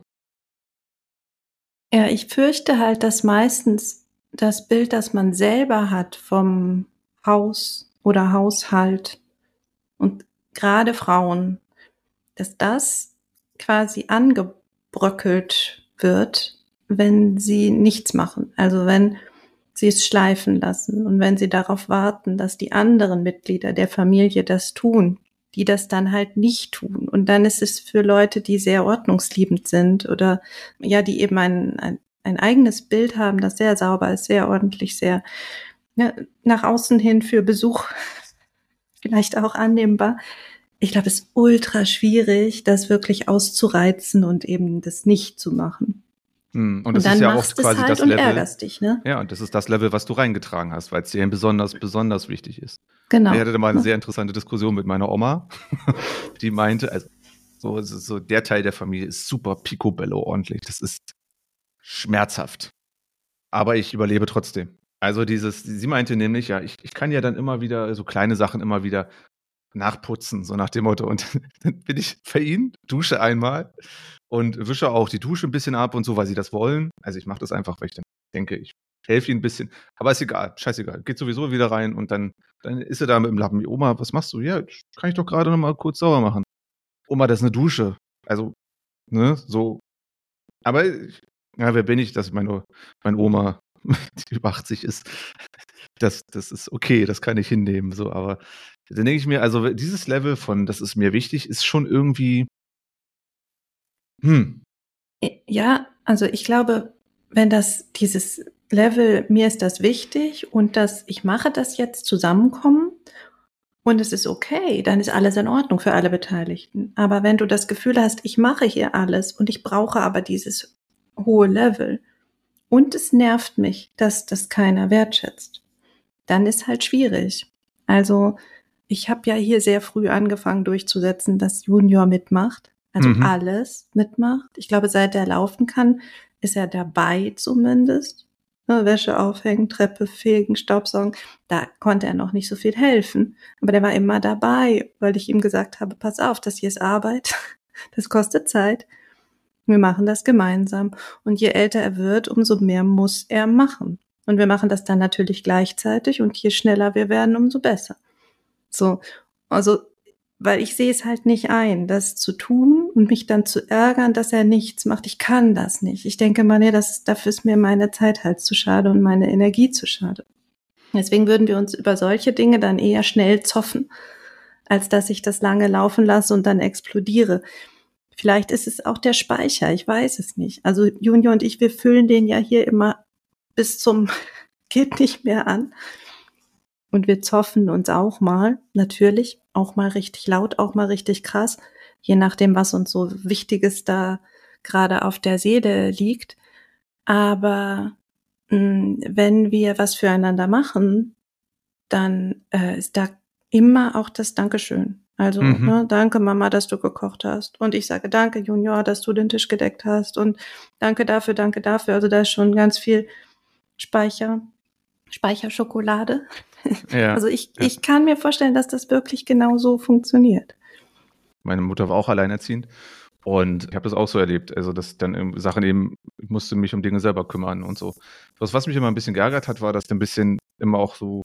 Ja, ich fürchte halt, dass meistens das Bild, das man selber hat vom Haus oder Haushalt und gerade Frauen, dass das quasi angebröckelt wird, wenn sie nichts machen. Also wenn sie es schleifen lassen und wenn sie darauf warten, dass die anderen Mitglieder der Familie das tun, die das dann halt nicht tun. Und dann ist es für Leute, die sehr ordnungsliebend sind oder ja, die eben ein eigenes Bild haben, das sehr sauber ist, sehr ordentlich, sehr nach außen hin für Besuch vielleicht auch annehmbar. Ich glaube, es ist ultra schwierig, das wirklich auszureizen und eben das nicht zu machen. Und das ist ja auch quasi halt das Level. Ärgerst dich, ne? Ja, und das ist das Level, was du reingetragen hast, weil es dir besonders wichtig ist. Genau. Ich hatte da mal eine sehr interessante Diskussion mit meiner Oma, die meinte, also so der Teil der Familie ist super picobello ordentlich. Das ist schmerzhaft. Aber ich überlebe trotzdem. Also sie meinte nämlich, ja, ich kann ja dann immer wieder so kleine Sachen immer wieder nachputzen, so nach dem Motto. Und dann bin ich bei ihnen, dusche einmal und wische auch die Dusche ein bisschen ab und so, weil sie das wollen. Also ich mache das einfach, weil ich dann denke, ich helfe ihnen ein bisschen. Aber ist egal, scheißegal. Geht sowieso wieder rein und dann ist sie da mit dem Lappen wie, Oma, was machst du? Ja, kann ich doch gerade noch mal kurz sauber machen. Oma, das ist eine Dusche. Also, ne, so. Aber, ja, wer bin ich, dass meine Oma, die über 80 ist, das ist okay, das kann ich hinnehmen, so. Aber dann denke ich mir, also dieses Level von, das ist mir wichtig, ist schon irgendwie, Ja, also ich glaube, wenn dieses Level, mir ist das wichtig und ich mache das jetzt zusammenkommen und es ist okay, dann ist alles in Ordnung für alle Beteiligten. Aber wenn du das Gefühl hast, ich mache hier alles und ich brauche aber dieses hohe Level und es nervt mich, dass das keiner wertschätzt, dann ist halt schwierig. Also ich habe ja hier sehr früh angefangen durchzusetzen, dass Junior mitmacht, also alles mitmacht. Ich glaube, seit er laufen kann, ist er dabei zumindest. Wäsche aufhängen, Treppe fegen, Staubsaugen. Da konnte er noch nicht so viel helfen. Aber der war immer dabei, weil ich ihm gesagt habe, pass auf, das hier ist Arbeit, das kostet Zeit. Wir machen das gemeinsam. Und je älter er wird, umso mehr muss er machen. Und wir machen das dann natürlich gleichzeitig. Und je schneller wir werden, umso besser. So, also, weil ich sehe es halt nicht ein, das zu tun und mich dann zu ärgern, dass er nichts macht. Ich kann das nicht. Ich denke mal, nee, dafür ist mir meine Zeit halt zu schade und meine Energie zu schade. Deswegen würden wir uns über solche Dinge dann eher schnell zoffen, als dass ich das lange laufen lasse und dann explodiere. Vielleicht ist es auch der Speicher, ich weiß es nicht. Also Junior und ich, wir füllen den ja hier immer bis zum geht nicht mehr an. Und wir zoffen uns auch mal, natürlich, auch mal richtig laut, auch mal richtig krass, je nachdem, was uns so Wichtiges da gerade auf der Seele liegt. Aber wenn wir was füreinander machen, dann ist da immer auch das Dankeschön. Also, danke Mama, dass du gekocht hast. Und ich sage danke Junior, dass du den Tisch gedeckt hast. Und danke dafür, danke dafür. Also da ist schon ganz viel Speicherschokolade. Ja, also ich kann mir vorstellen, dass das wirklich genau so funktioniert. Meine Mutter war auch alleinerziehend und ich habe das auch so erlebt. Also dass dann Sachen eben, ich musste mich um Dinge selber kümmern und so. Was mich immer ein bisschen geärgert hat, war, dass ich ein bisschen immer auch so,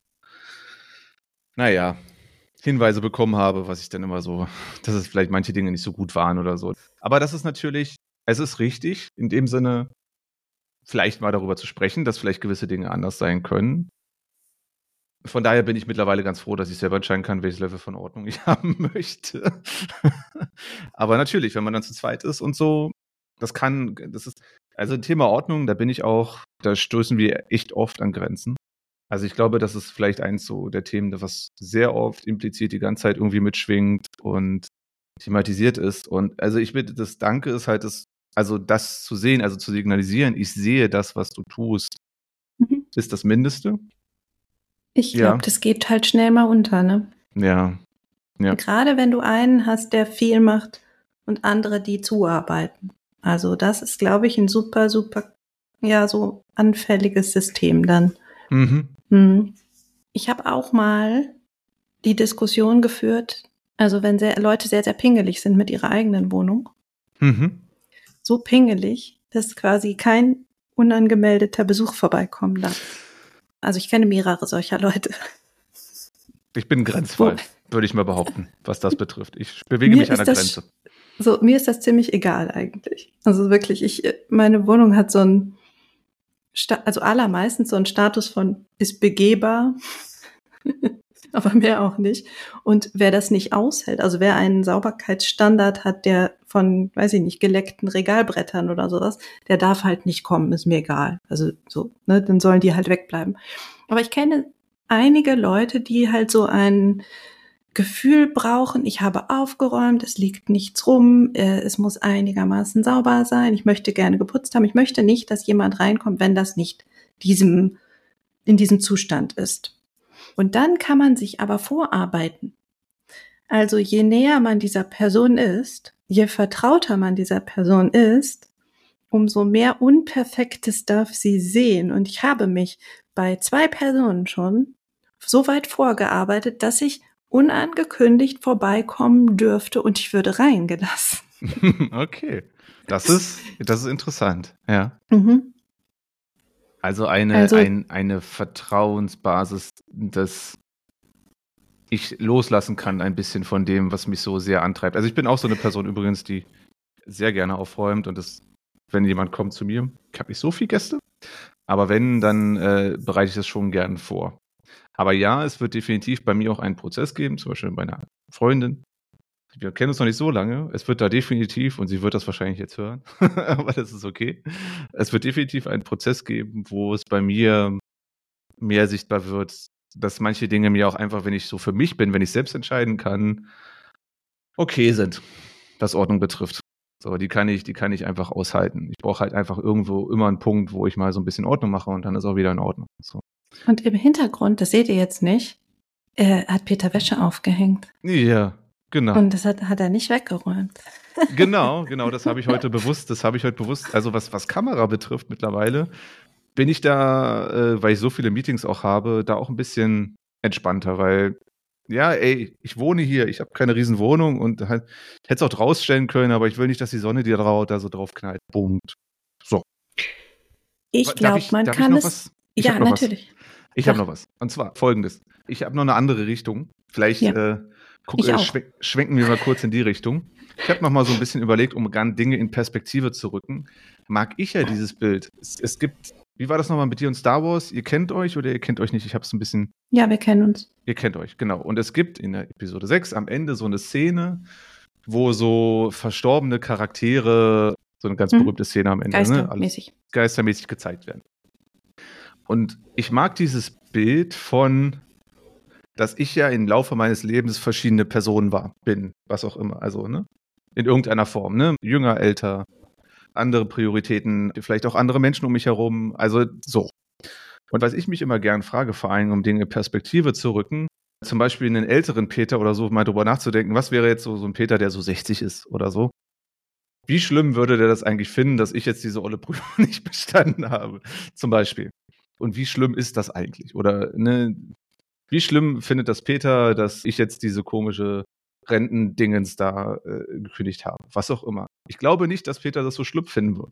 Hinweise bekommen habe, was ich dann immer so, dass es vielleicht manche Dinge nicht so gut waren oder so. Aber das ist natürlich, es ist richtig, in dem Sinne, vielleicht mal darüber zu sprechen, dass vielleicht gewisse Dinge anders sein können. Von daher bin ich mittlerweile ganz froh, dass ich selber entscheiden kann, welches Level von Ordnung ich haben möchte. Aber natürlich, wenn man dann zu zweit ist und so, also Thema Ordnung, da stoßen wir echt oft an Grenzen. Also ich glaube, das ist vielleicht eins so der Themen, was sehr oft implizit die ganze Zeit irgendwie mitschwingt und thematisiert ist. Und also das Danke ist halt das zu sehen, also zu signalisieren, ich sehe das, was du tust, ist das Mindeste. Ich glaube, das geht halt schnell mal unter, ne? Ja. Gerade wenn du einen hast, der viel macht und andere, die zuarbeiten. Also das ist, glaube ich, ein super, super, so anfälliges System dann. Ich habe auch mal die Diskussion geführt, also wenn Leute sehr, sehr pingelig sind mit ihrer eigenen Wohnung. So pingelig, dass quasi kein unangemeldeter Besuch vorbeikommen darf. Also ich kenne mehrere solcher Leute. Ich bin Grenzfall, würde ich mal behaupten, was das betrifft. Ich bewege mich an der Grenze. Mir ist das ziemlich egal eigentlich. Also wirklich, meine Wohnung hat so einen, also allermeistens so einen Status von ist begehbar, aber mehr auch nicht. Und wer das nicht aushält, also wer einen Sauberkeitsstandard hat, der von, weiß ich nicht, geleckten Regalbrettern oder sowas, der darf halt nicht kommen, ist mir egal. Also so, ne, dann sollen die halt wegbleiben. Aber ich kenne einige Leute, die halt so ein Gefühl brauchen, ich habe aufgeräumt, es liegt nichts rum, es muss einigermaßen sauber sein, ich möchte gerne geputzt haben, ich möchte nicht, dass jemand reinkommt, wenn das nicht in diesem Zustand ist. Und dann kann man sich aber vorarbeiten. Also je näher man dieser Person ist, je vertrauter man dieser Person ist, umso mehr Unperfektes darf sie sehen. Und ich habe mich bei 2 Personen schon so weit vorgearbeitet, dass ich unangekündigt vorbeikommen dürfte und ich würde reingelassen. Okay, das ist interessant, ja. Also eine Vertrauensbasis, dass ich loslassen kann ein bisschen von dem, was mich so sehr antreibt. Also ich bin auch so eine Person übrigens, die sehr gerne aufräumt und wenn jemand kommt zu mir, ich habe nicht so viele Gäste, aber wenn, dann bereite ich das schon gern vor. Aber ja, es wird definitiv bei mir auch einen Prozess geben, zum Beispiel bei einer Freundin. Wir kennen uns noch nicht so lange. Es wird da definitiv, und sie wird das wahrscheinlich jetzt hören, aber das ist okay. Es wird definitiv einen Prozess geben, wo es bei mir mehr sichtbar wird, dass manche Dinge mir auch einfach, wenn ich so für mich bin, wenn ich selbst entscheiden kann, okay sind, was Ordnung betrifft. So, die kann ich einfach aushalten. Ich brauche halt einfach irgendwo immer einen Punkt, wo ich mal so ein bisschen Ordnung mache und dann ist auch wieder in Ordnung. So. Und im Hintergrund, das seht ihr jetzt nicht, hat Peter Wäsche aufgehängt. Ja, genau. Und das hat er nicht weggeräumt. Genau, das habe ich heute bewusst. Also was Kamera betrifft mittlerweile, bin ich da, weil ich so viele Meetings auch habe, da auch ein bisschen entspannter, weil ja, ich wohne hier, ich habe keine riesen Wohnung und halt, ich hätte es auch draus stellen können, aber ich will nicht, dass die Sonne da so drauf knallt. Punkt. So. Ich glaube, man kann es. Ja, natürlich. Ich habe noch was. Und zwar Folgendes. Ich habe noch eine andere Richtung. Vielleicht schwenken wir mal kurz in die Richtung. Ich habe noch mal so ein bisschen überlegt, um Dinge in Perspektive zu rücken. Mag ich ja dieses Bild. Es gibt, wie war das nochmal mit dir und Star Wars? Ihr kennt euch oder ihr kennt euch nicht? Ich habe es ein bisschen... Ja, wir kennen uns. Ihr kennt euch, genau. Und es gibt in der Episode 6 am Ende so eine Szene, wo so verstorbene Charaktere, so eine ganz berühmte Szene am Ende, geistermäßig gezeigt werden. Und ich mag dieses Bild von, dass ich ja im Laufe meines Lebens verschiedene Personen bin, was auch immer, also ne, in irgendeiner Form, ne, jünger, älter, andere Prioritäten, vielleicht auch andere Menschen um mich herum, also so. Und was ich mich immer gern frage, vor allem um Dinge in Perspektive zu rücken, zum Beispiel einen älteren Peter oder so, mal drüber nachzudenken, was wäre jetzt so ein Peter, der so 60 ist oder so? Wie schlimm würde der das eigentlich finden, dass ich jetzt diese olle Prüfung nicht bestanden habe, zum Beispiel? Und wie schlimm ist das eigentlich? Oder ne, wie schlimm findet das Peter, dass ich jetzt diese komische Rentendingens da gekündigt habe? Was auch immer. Ich glaube nicht, dass Peter das so schlimm finden wird.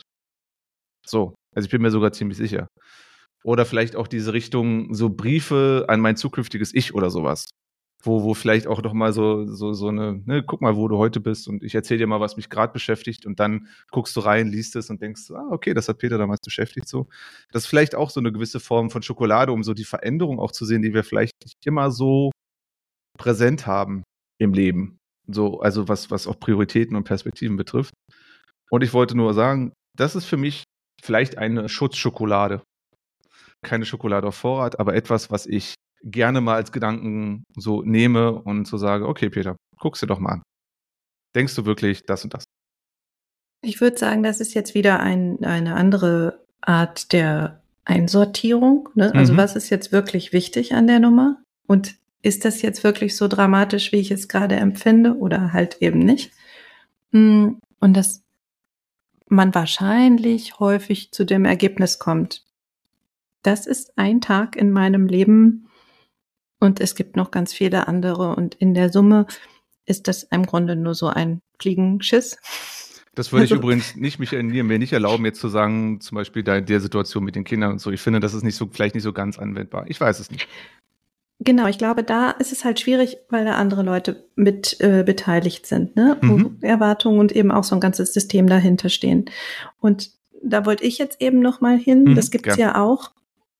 So, also ich bin mir sogar ziemlich sicher. Oder vielleicht auch diese Richtung, so Briefe an mein zukünftiges Ich oder sowas. Wo vielleicht auch noch mal so eine, ne, guck mal, wo du heute bist und ich erzähle dir mal, was mich gerade beschäftigt und dann guckst du rein, liest es und denkst, okay, das hat Peter damals beschäftigt, so. Das ist vielleicht auch so eine gewisse Form von Schokolade, um so die Veränderung auch zu sehen, die wir vielleicht nicht immer so präsent haben im Leben. So, also was auch Prioritäten und Perspektiven betrifft. Und ich wollte nur sagen, das ist für mich vielleicht eine Schutzschokolade. Keine Schokolade auf Vorrat, aber etwas, was ich gerne mal als Gedanken so nehme und so sage, okay, Peter, guck's dir doch mal an. Denkst du wirklich das und das? Ich würde sagen, das ist jetzt wieder eine andere Art der Einsortierung. Ne? Also was ist jetzt wirklich wichtig an der Nummer? Und ist das jetzt wirklich so dramatisch, wie ich es gerade empfinde oder halt eben nicht? Und dass man wahrscheinlich häufig zu dem Ergebnis kommt, das ist ein Tag in meinem Leben, und es gibt noch ganz viele andere. Und in der Summe ist das im Grunde nur so ein Fliegenschiss. Das würde ich übrigens mir nicht erlauben, jetzt zu sagen, zum Beispiel da in der Situation mit den Kindern und so. Ich finde, das ist vielleicht nicht so ganz anwendbar. Ich weiß es nicht. Genau, ich glaube, da ist es halt schwierig, weil da andere Leute mit beteiligt sind, ne? Erwartungen und eben auch so ein ganzes System dahinter stehen. Und da wollte ich jetzt eben noch mal hin. Das gibt's ja auch.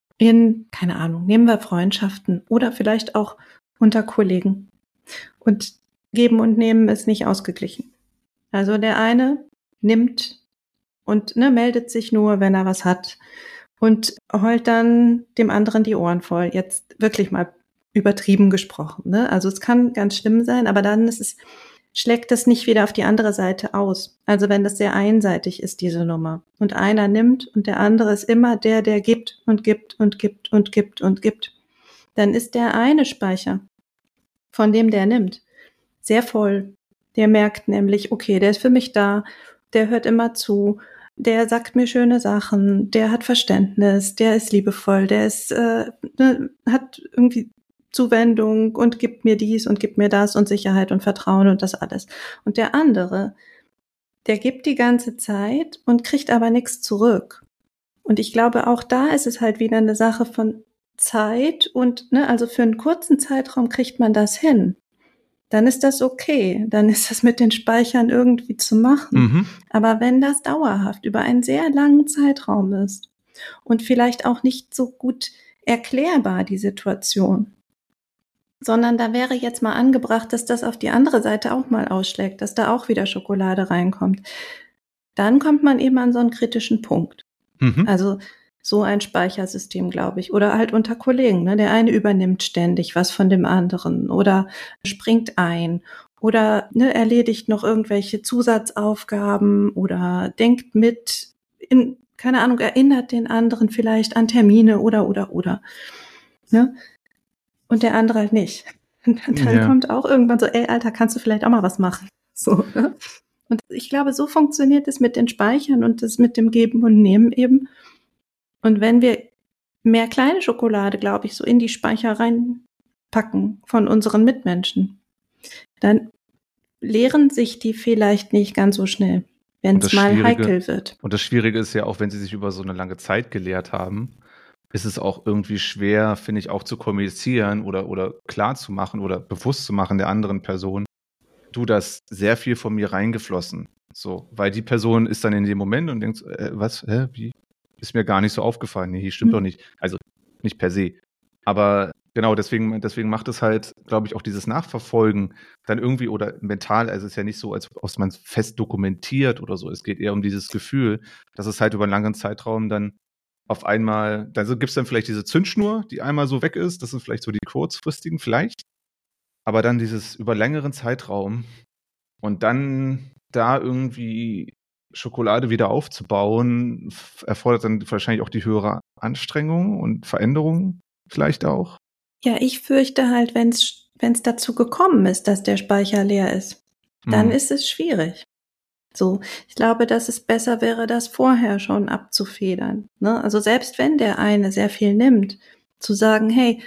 Keine Ahnung, nehmen wir Freundschaften oder vielleicht auch unter Kollegen. Und geben und nehmen ist nicht ausgeglichen. Also der eine nimmt und meldet sich nur, wenn er was hat und heult dann dem anderen die Ohren voll. Jetzt wirklich mal übertrieben gesprochen, ne? Also es kann ganz schlimm sein, aber dann schlägt das nicht wieder auf die andere Seite aus. Also wenn das sehr einseitig ist, diese Nummer, und einer nimmt und der andere ist immer der gibt und gibt und gibt und gibt und gibt, dann ist der eine Speicher, von dem der nimmt, sehr voll. Der merkt nämlich, okay, der ist für mich da, der hört immer zu, der sagt mir schöne Sachen, der hat Verständnis, der ist liebevoll, der ist hat irgendwie Zuwendung und gibt mir dies und gibt mir das und Sicherheit und Vertrauen und das alles. Und der andere, der gibt die ganze Zeit und kriegt aber nichts zurück. Und ich glaube, auch da ist es halt wieder eine Sache von Zeit und also für einen kurzen Zeitraum kriegt man das hin. Dann ist das okay, dann ist das mit den Speichern irgendwie zu machen. Aber wenn das dauerhaft über einen sehr langen Zeitraum ist und vielleicht auch nicht so gut erklärbar, die Situation, sondern da wäre jetzt mal angebracht, dass das auf die andere Seite auch mal ausschlägt, dass da auch wieder Schokolade reinkommt, dann kommt man eben an so einen kritischen Punkt. Also so ein Speichersystem, glaube ich. Oder halt unter Kollegen, ne? Der eine übernimmt ständig was von dem anderen oder springt ein oder ne, erledigt noch irgendwelche Zusatzaufgaben oder denkt mit, keine Ahnung, erinnert den anderen vielleicht an Termine oder. Ne? Und der andere halt nicht. Und dann kommt auch irgendwann so, ey, Alter, kannst du vielleicht auch mal was machen? So, ne? Und ich glaube, so funktioniert es mit den Speichern und das mit dem Geben und Nehmen eben. Und wenn wir mehr kleine Schokolade, glaube ich, so in die Speicher reinpacken von unseren Mitmenschen, dann leeren sich die vielleicht nicht ganz so schnell, wenn es mal heikel wird. Und das Schwierige ist ja auch, wenn sie sich über so eine lange Zeit geleert haben, ist es auch irgendwie schwer, finde ich, auch zu kommunizieren oder klar zu machen oder bewusst zu machen der anderen Person, du, das sehr viel von mir reingeflossen. So, weil die Person ist dann in dem Moment und denkt, was, wie? Ist mir gar nicht so aufgefallen. Nee, stimmt doch nicht. Also nicht per se. Aber genau, deswegen macht es halt, glaube ich, auch dieses Nachverfolgen dann irgendwie oder mental, also es ist ja nicht so, als ob man es fest dokumentiert oder so. Es geht eher um dieses Gefühl, dass es halt über einen langen Zeitraum dann auf einmal, da gibt es dann vielleicht diese Zündschnur, die einmal so weg ist. Das sind vielleicht so die kurzfristigen vielleicht. Aber dann dieses über längeren Zeitraum und dann da irgendwie Schokolade wieder aufzubauen, erfordert dann wahrscheinlich auch die höhere Anstrengung und Veränderung vielleicht auch. Ja, ich fürchte halt, wenn es dazu gekommen ist, dass der Speicher leer ist, dann ist es schwierig. So, ich glaube, dass es besser wäre, das vorher schon abzufedern. Ne? Also selbst wenn der eine sehr viel nimmt, zu sagen, hey,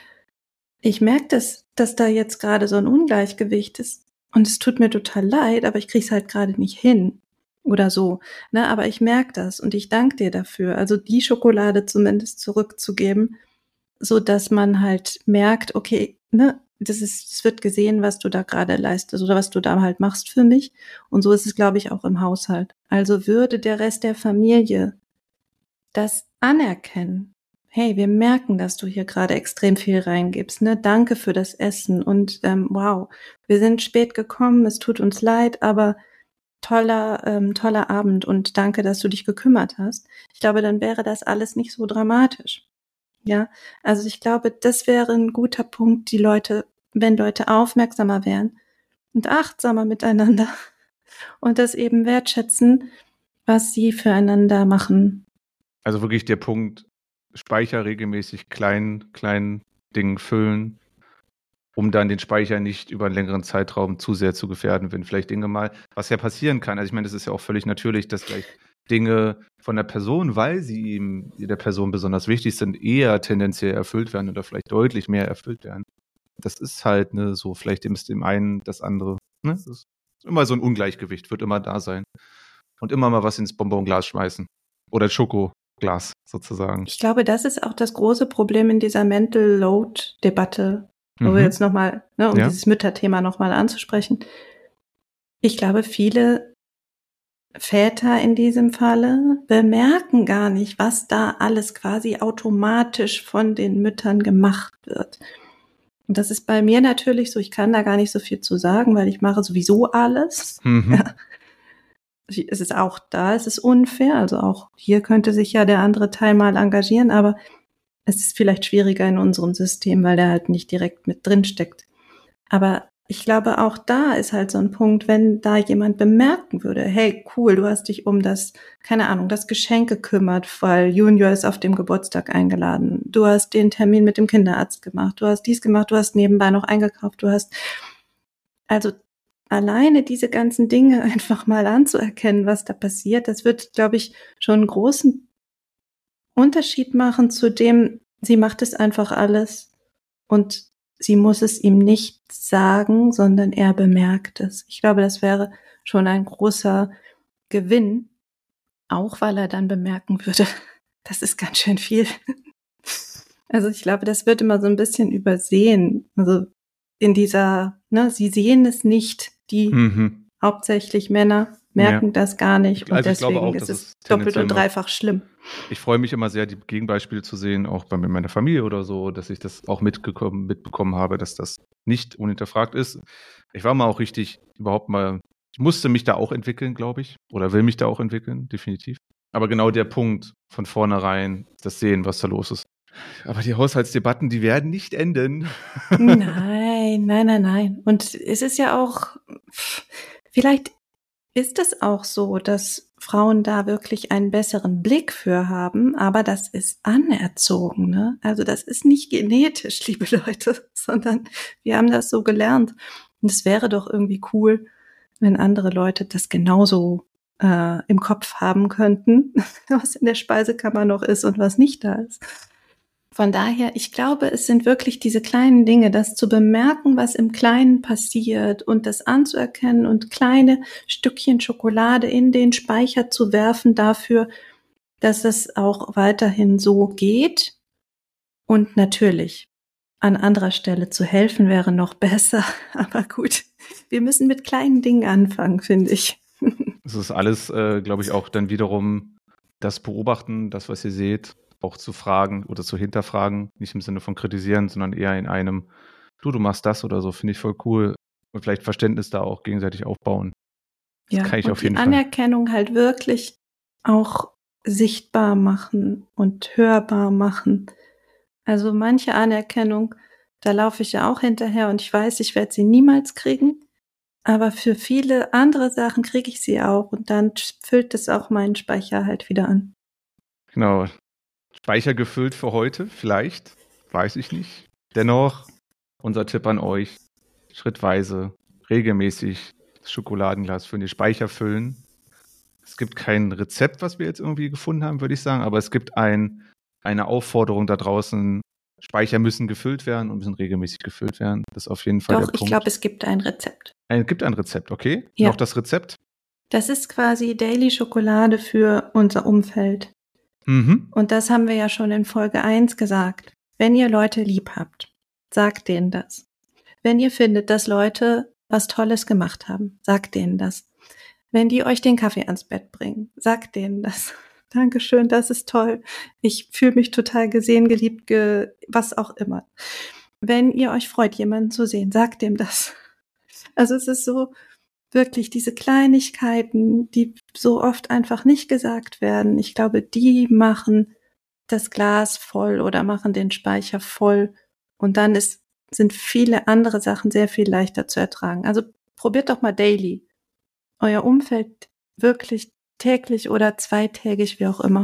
ich merke dass da jetzt gerade so ein Ungleichgewicht ist und es tut mir total leid, aber ich krieg's halt gerade nicht hin oder so. Ne? Aber ich merke das und ich danke dir dafür. Also die Schokolade zumindest zurückzugeben, so dass man halt merkt, okay, ne, es wird gesehen, was du da gerade leistest oder was du da halt machst für mich. Und so ist es, glaube ich, auch im Haushalt. Also würde der Rest der Familie das anerkennen. Hey, wir merken, dass du hier gerade extrem viel reingibst. Ne? Danke für das Essen und wow, wir sind spät gekommen, es tut uns leid, aber toller Abend und danke, dass du dich gekümmert hast. Ich glaube, dann wäre das alles nicht so dramatisch. Ja, also ich glaube, das wäre ein guter Punkt, wenn Leute aufmerksamer wären und achtsamer miteinander und das eben wertschätzen, was sie füreinander machen. Also wirklich der Punkt, Speicher regelmäßig kleinen Dingen füllen, um dann den Speicher nicht über einen längeren Zeitraum zu sehr zu gefährden, wenn vielleicht Dinge mal, was ja passieren kann. Also ich meine, das ist ja auch völlig natürlich, dass vielleicht Dinge von der Person, weil sie ihm der Person besonders wichtig sind, eher tendenziell erfüllt werden oder vielleicht deutlich mehr erfüllt werden. Das ist halt so, vielleicht ist dem einen das andere. Ne? Das ist immer so ein Ungleichgewicht, wird immer da sein. Und immer mal was ins Bonbonglas schmeißen. Oder Schokoglas sozusagen. Ich glaube, das ist auch das große Problem in dieser Mental Load-Debatte, wo wir jetzt nochmal, dieses Mütterthema nochmal anzusprechen. Ich glaube, viele Väter in diesem Falle bemerken gar nicht, was da alles quasi automatisch von den Müttern gemacht wird. Und das ist bei mir natürlich so, ich kann da gar nicht so viel zu sagen, weil ich mache sowieso alles. Ja. Es ist auch da, es ist unfair, also auch hier könnte sich ja der andere Teil mal engagieren, aber es ist vielleicht schwieriger in unserem System, weil der halt nicht direkt mit drin steckt. Aber ich glaube, auch da ist halt so ein Punkt, wenn da jemand bemerken würde, hey, cool, du hast dich um das Geschenk gekümmert, weil Junior ist auf dem Geburtstag eingeladen. Du hast den Termin mit dem Kinderarzt gemacht. Du hast dies gemacht, du hast nebenbei noch eingekauft. Also alleine diese ganzen Dinge einfach mal anzuerkennen, was da passiert, das wird, glaube ich, schon einen großen Unterschied machen zu dem, sie macht es einfach alles und sie muss es ihm nicht sagen, sondern er bemerkt es. Ich glaube, das wäre schon ein großer Gewinn, auch weil er dann bemerken würde, das ist ganz schön viel. Also ich glaube, das wird immer so ein bisschen übersehen. Also in dieser, sie sehen es nicht, die hauptsächlich Männer merken das gar nicht und deswegen auch, ist es doppelt und dreifach schlimm. Ich freue mich immer sehr, die Gegenbeispiele zu sehen, auch bei meiner Familie oder so, dass ich das auch mitbekommen habe, dass das nicht unhinterfragt ist. Ich war mal auch richtig, ich musste mich da auch entwickeln, glaube ich, oder will mich da auch entwickeln, definitiv. Aber genau der Punkt von vornherein, das Sehen, was da los ist. Aber die Haushaltsdebatten, die werden nicht enden. Nein. Und es ist ja auch, vielleicht ist es auch so, dass Frauen da wirklich einen besseren Blick für haben, aber das ist anerzogen, ne? Also das ist nicht genetisch, liebe Leute, sondern wir haben das so gelernt. Und es wäre doch irgendwie cool, wenn andere Leute das genauso im Kopf haben könnten, was in der Speisekammer noch ist und was nicht da ist. Von daher, ich glaube, es sind wirklich diese kleinen Dinge, das zu bemerken, was im Kleinen passiert und das anzuerkennen und kleine Stückchen Schokolade in den Speicher zu werfen dafür, dass es auch weiterhin so geht. Und natürlich, an anderer Stelle zu helfen wäre noch besser. Aber gut, wir müssen mit kleinen Dingen anfangen, finde ich. Es ist alles, glaube ich, auch dann wiederum das Beobachten, das, was ihr seht, auch zu fragen oder zu hinterfragen, nicht im Sinne von kritisieren, sondern eher in einem, du machst das oder so, finde ich voll cool. Und vielleicht Verständnis da auch gegenseitig aufbauen. Das Ja, kann ich und auf jeden die Fall. Anerkennung halt wirklich auch sichtbar machen und hörbar machen. Also manche Anerkennung, da laufe ich ja auch hinterher und ich weiß, ich werde sie niemals kriegen. Aber für viele andere Sachen kriege ich sie auch und dann füllt es auch meinen Speicher halt wieder an. Genau. Speicher gefüllt für heute, vielleicht, weiß ich nicht. Dennoch, unser Tipp an euch, schrittweise, regelmäßig das Schokoladenglas für den Speicher füllen. Es gibt kein Rezept, was wir jetzt irgendwie gefunden haben, würde ich sagen, aber es gibt eine Aufforderung da draußen, Speicher müssen gefüllt werden und müssen regelmäßig gefüllt werden. Das ist auf jeden Fall der Punkt. Doch, ich glaube, es gibt ein Rezept. Es gibt ein Rezept, okay? Ja. Noch das Rezept? Das ist quasi Daily Schokolade für unser Umfeld. Mhm. Und das haben wir ja schon in Folge 1 gesagt. Wenn ihr Leute lieb habt, sagt denen das. Wenn ihr findet, dass Leute was Tolles gemacht haben, sagt denen das. Wenn die euch den Kaffee ans Bett bringen, sagt denen das. Dankeschön, das ist toll. Ich fühle mich total gesehen, geliebt, was auch immer. Wenn ihr euch freut, jemanden zu sehen, sagt dem das. Also es ist so wirklich diese Kleinigkeiten, die so oft einfach nicht gesagt werden. Ich glaube, die machen das Glas voll oder machen den Speicher voll. Und dann sind viele andere Sachen sehr viel leichter zu ertragen. Also probiert doch mal daily euer Umfeld wirklich täglich oder zweitägig, wie auch immer,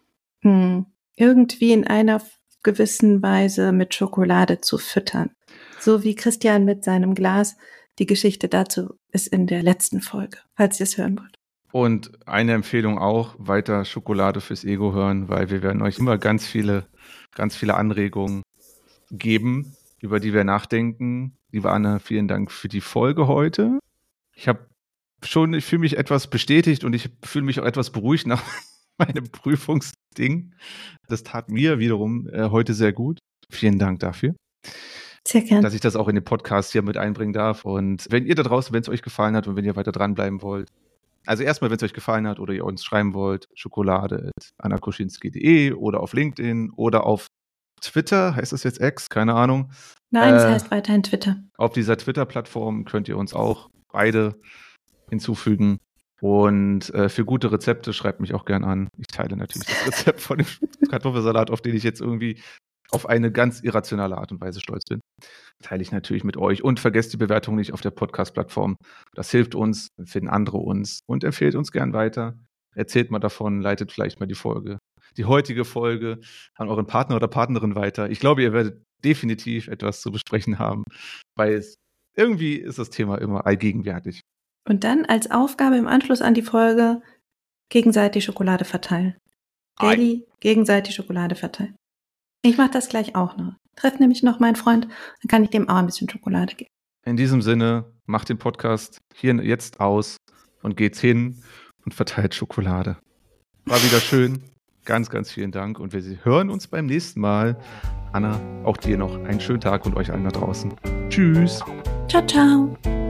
irgendwie in einer gewissen Weise mit Schokolade zu füttern. So wie Christian mit seinem Glas. Die Geschichte dazu ist in der letzten Folge, falls ihr es hören wollt. Und eine Empfehlung auch, weiter Schokolade fürs Ego hören, weil wir werden euch immer ganz viele Anregungen geben, über die wir nachdenken. Liebe Anna, vielen Dank für die Folge heute. Ich fühle mich etwas bestätigt und ich fühle mich auch etwas beruhigt nach meinem Prüfungsding. Das tat mir wiederum heute sehr gut. Vielen Dank dafür. Sehr gern. Dass ich das auch in den Podcast hier mit einbringen darf. Und wenn ihr da draußen, wenn es euch gefallen hat und wenn ihr weiter dranbleiben wollt, also erstmal, wenn es euch gefallen hat oder ihr uns schreiben wollt, schokolade@annakuschinski.de oder auf LinkedIn oder auf Twitter, heißt das jetzt X? Keine Ahnung. Nein, es heißt weiterhin Twitter. Auf dieser Twitter-Plattform könnt ihr uns auch beide hinzufügen. Und für gute Rezepte schreibt mich auch gern an. Ich teile natürlich das Rezept von dem Kartoffelsalat, auf den ich jetzt irgendwie auf eine ganz irrationale Art und Weise stolz bin. Teile ich natürlich mit euch. Und vergesst die Bewertung nicht auf der Podcast-Plattform. Das hilft uns, finden andere uns und empfehlt uns gern weiter. Erzählt mal davon, leitet vielleicht mal die heutige Folge an euren Partner oder Partnerin weiter. Ich glaube, ihr werdet definitiv etwas zu besprechen haben, weil irgendwie ist das Thema immer allgegenwärtig. Und dann als Aufgabe im Anschluss an die Folge gegenseitig Schokolade verteilen. Daily gegenseitig Schokolade verteilen. Ich mache das gleich auch noch. Treffe nämlich noch meinen Freund, dann kann ich dem auch ein bisschen Schokolade geben. In diesem Sinne, macht den Podcast hier jetzt aus und geht's hin und verteilt Schokolade. War wieder schön. Ganz, ganz vielen Dank und wir hören uns beim nächsten Mal. Anna, auch dir noch einen schönen Tag und euch allen da draußen. Tschüss. Ciao, ciao.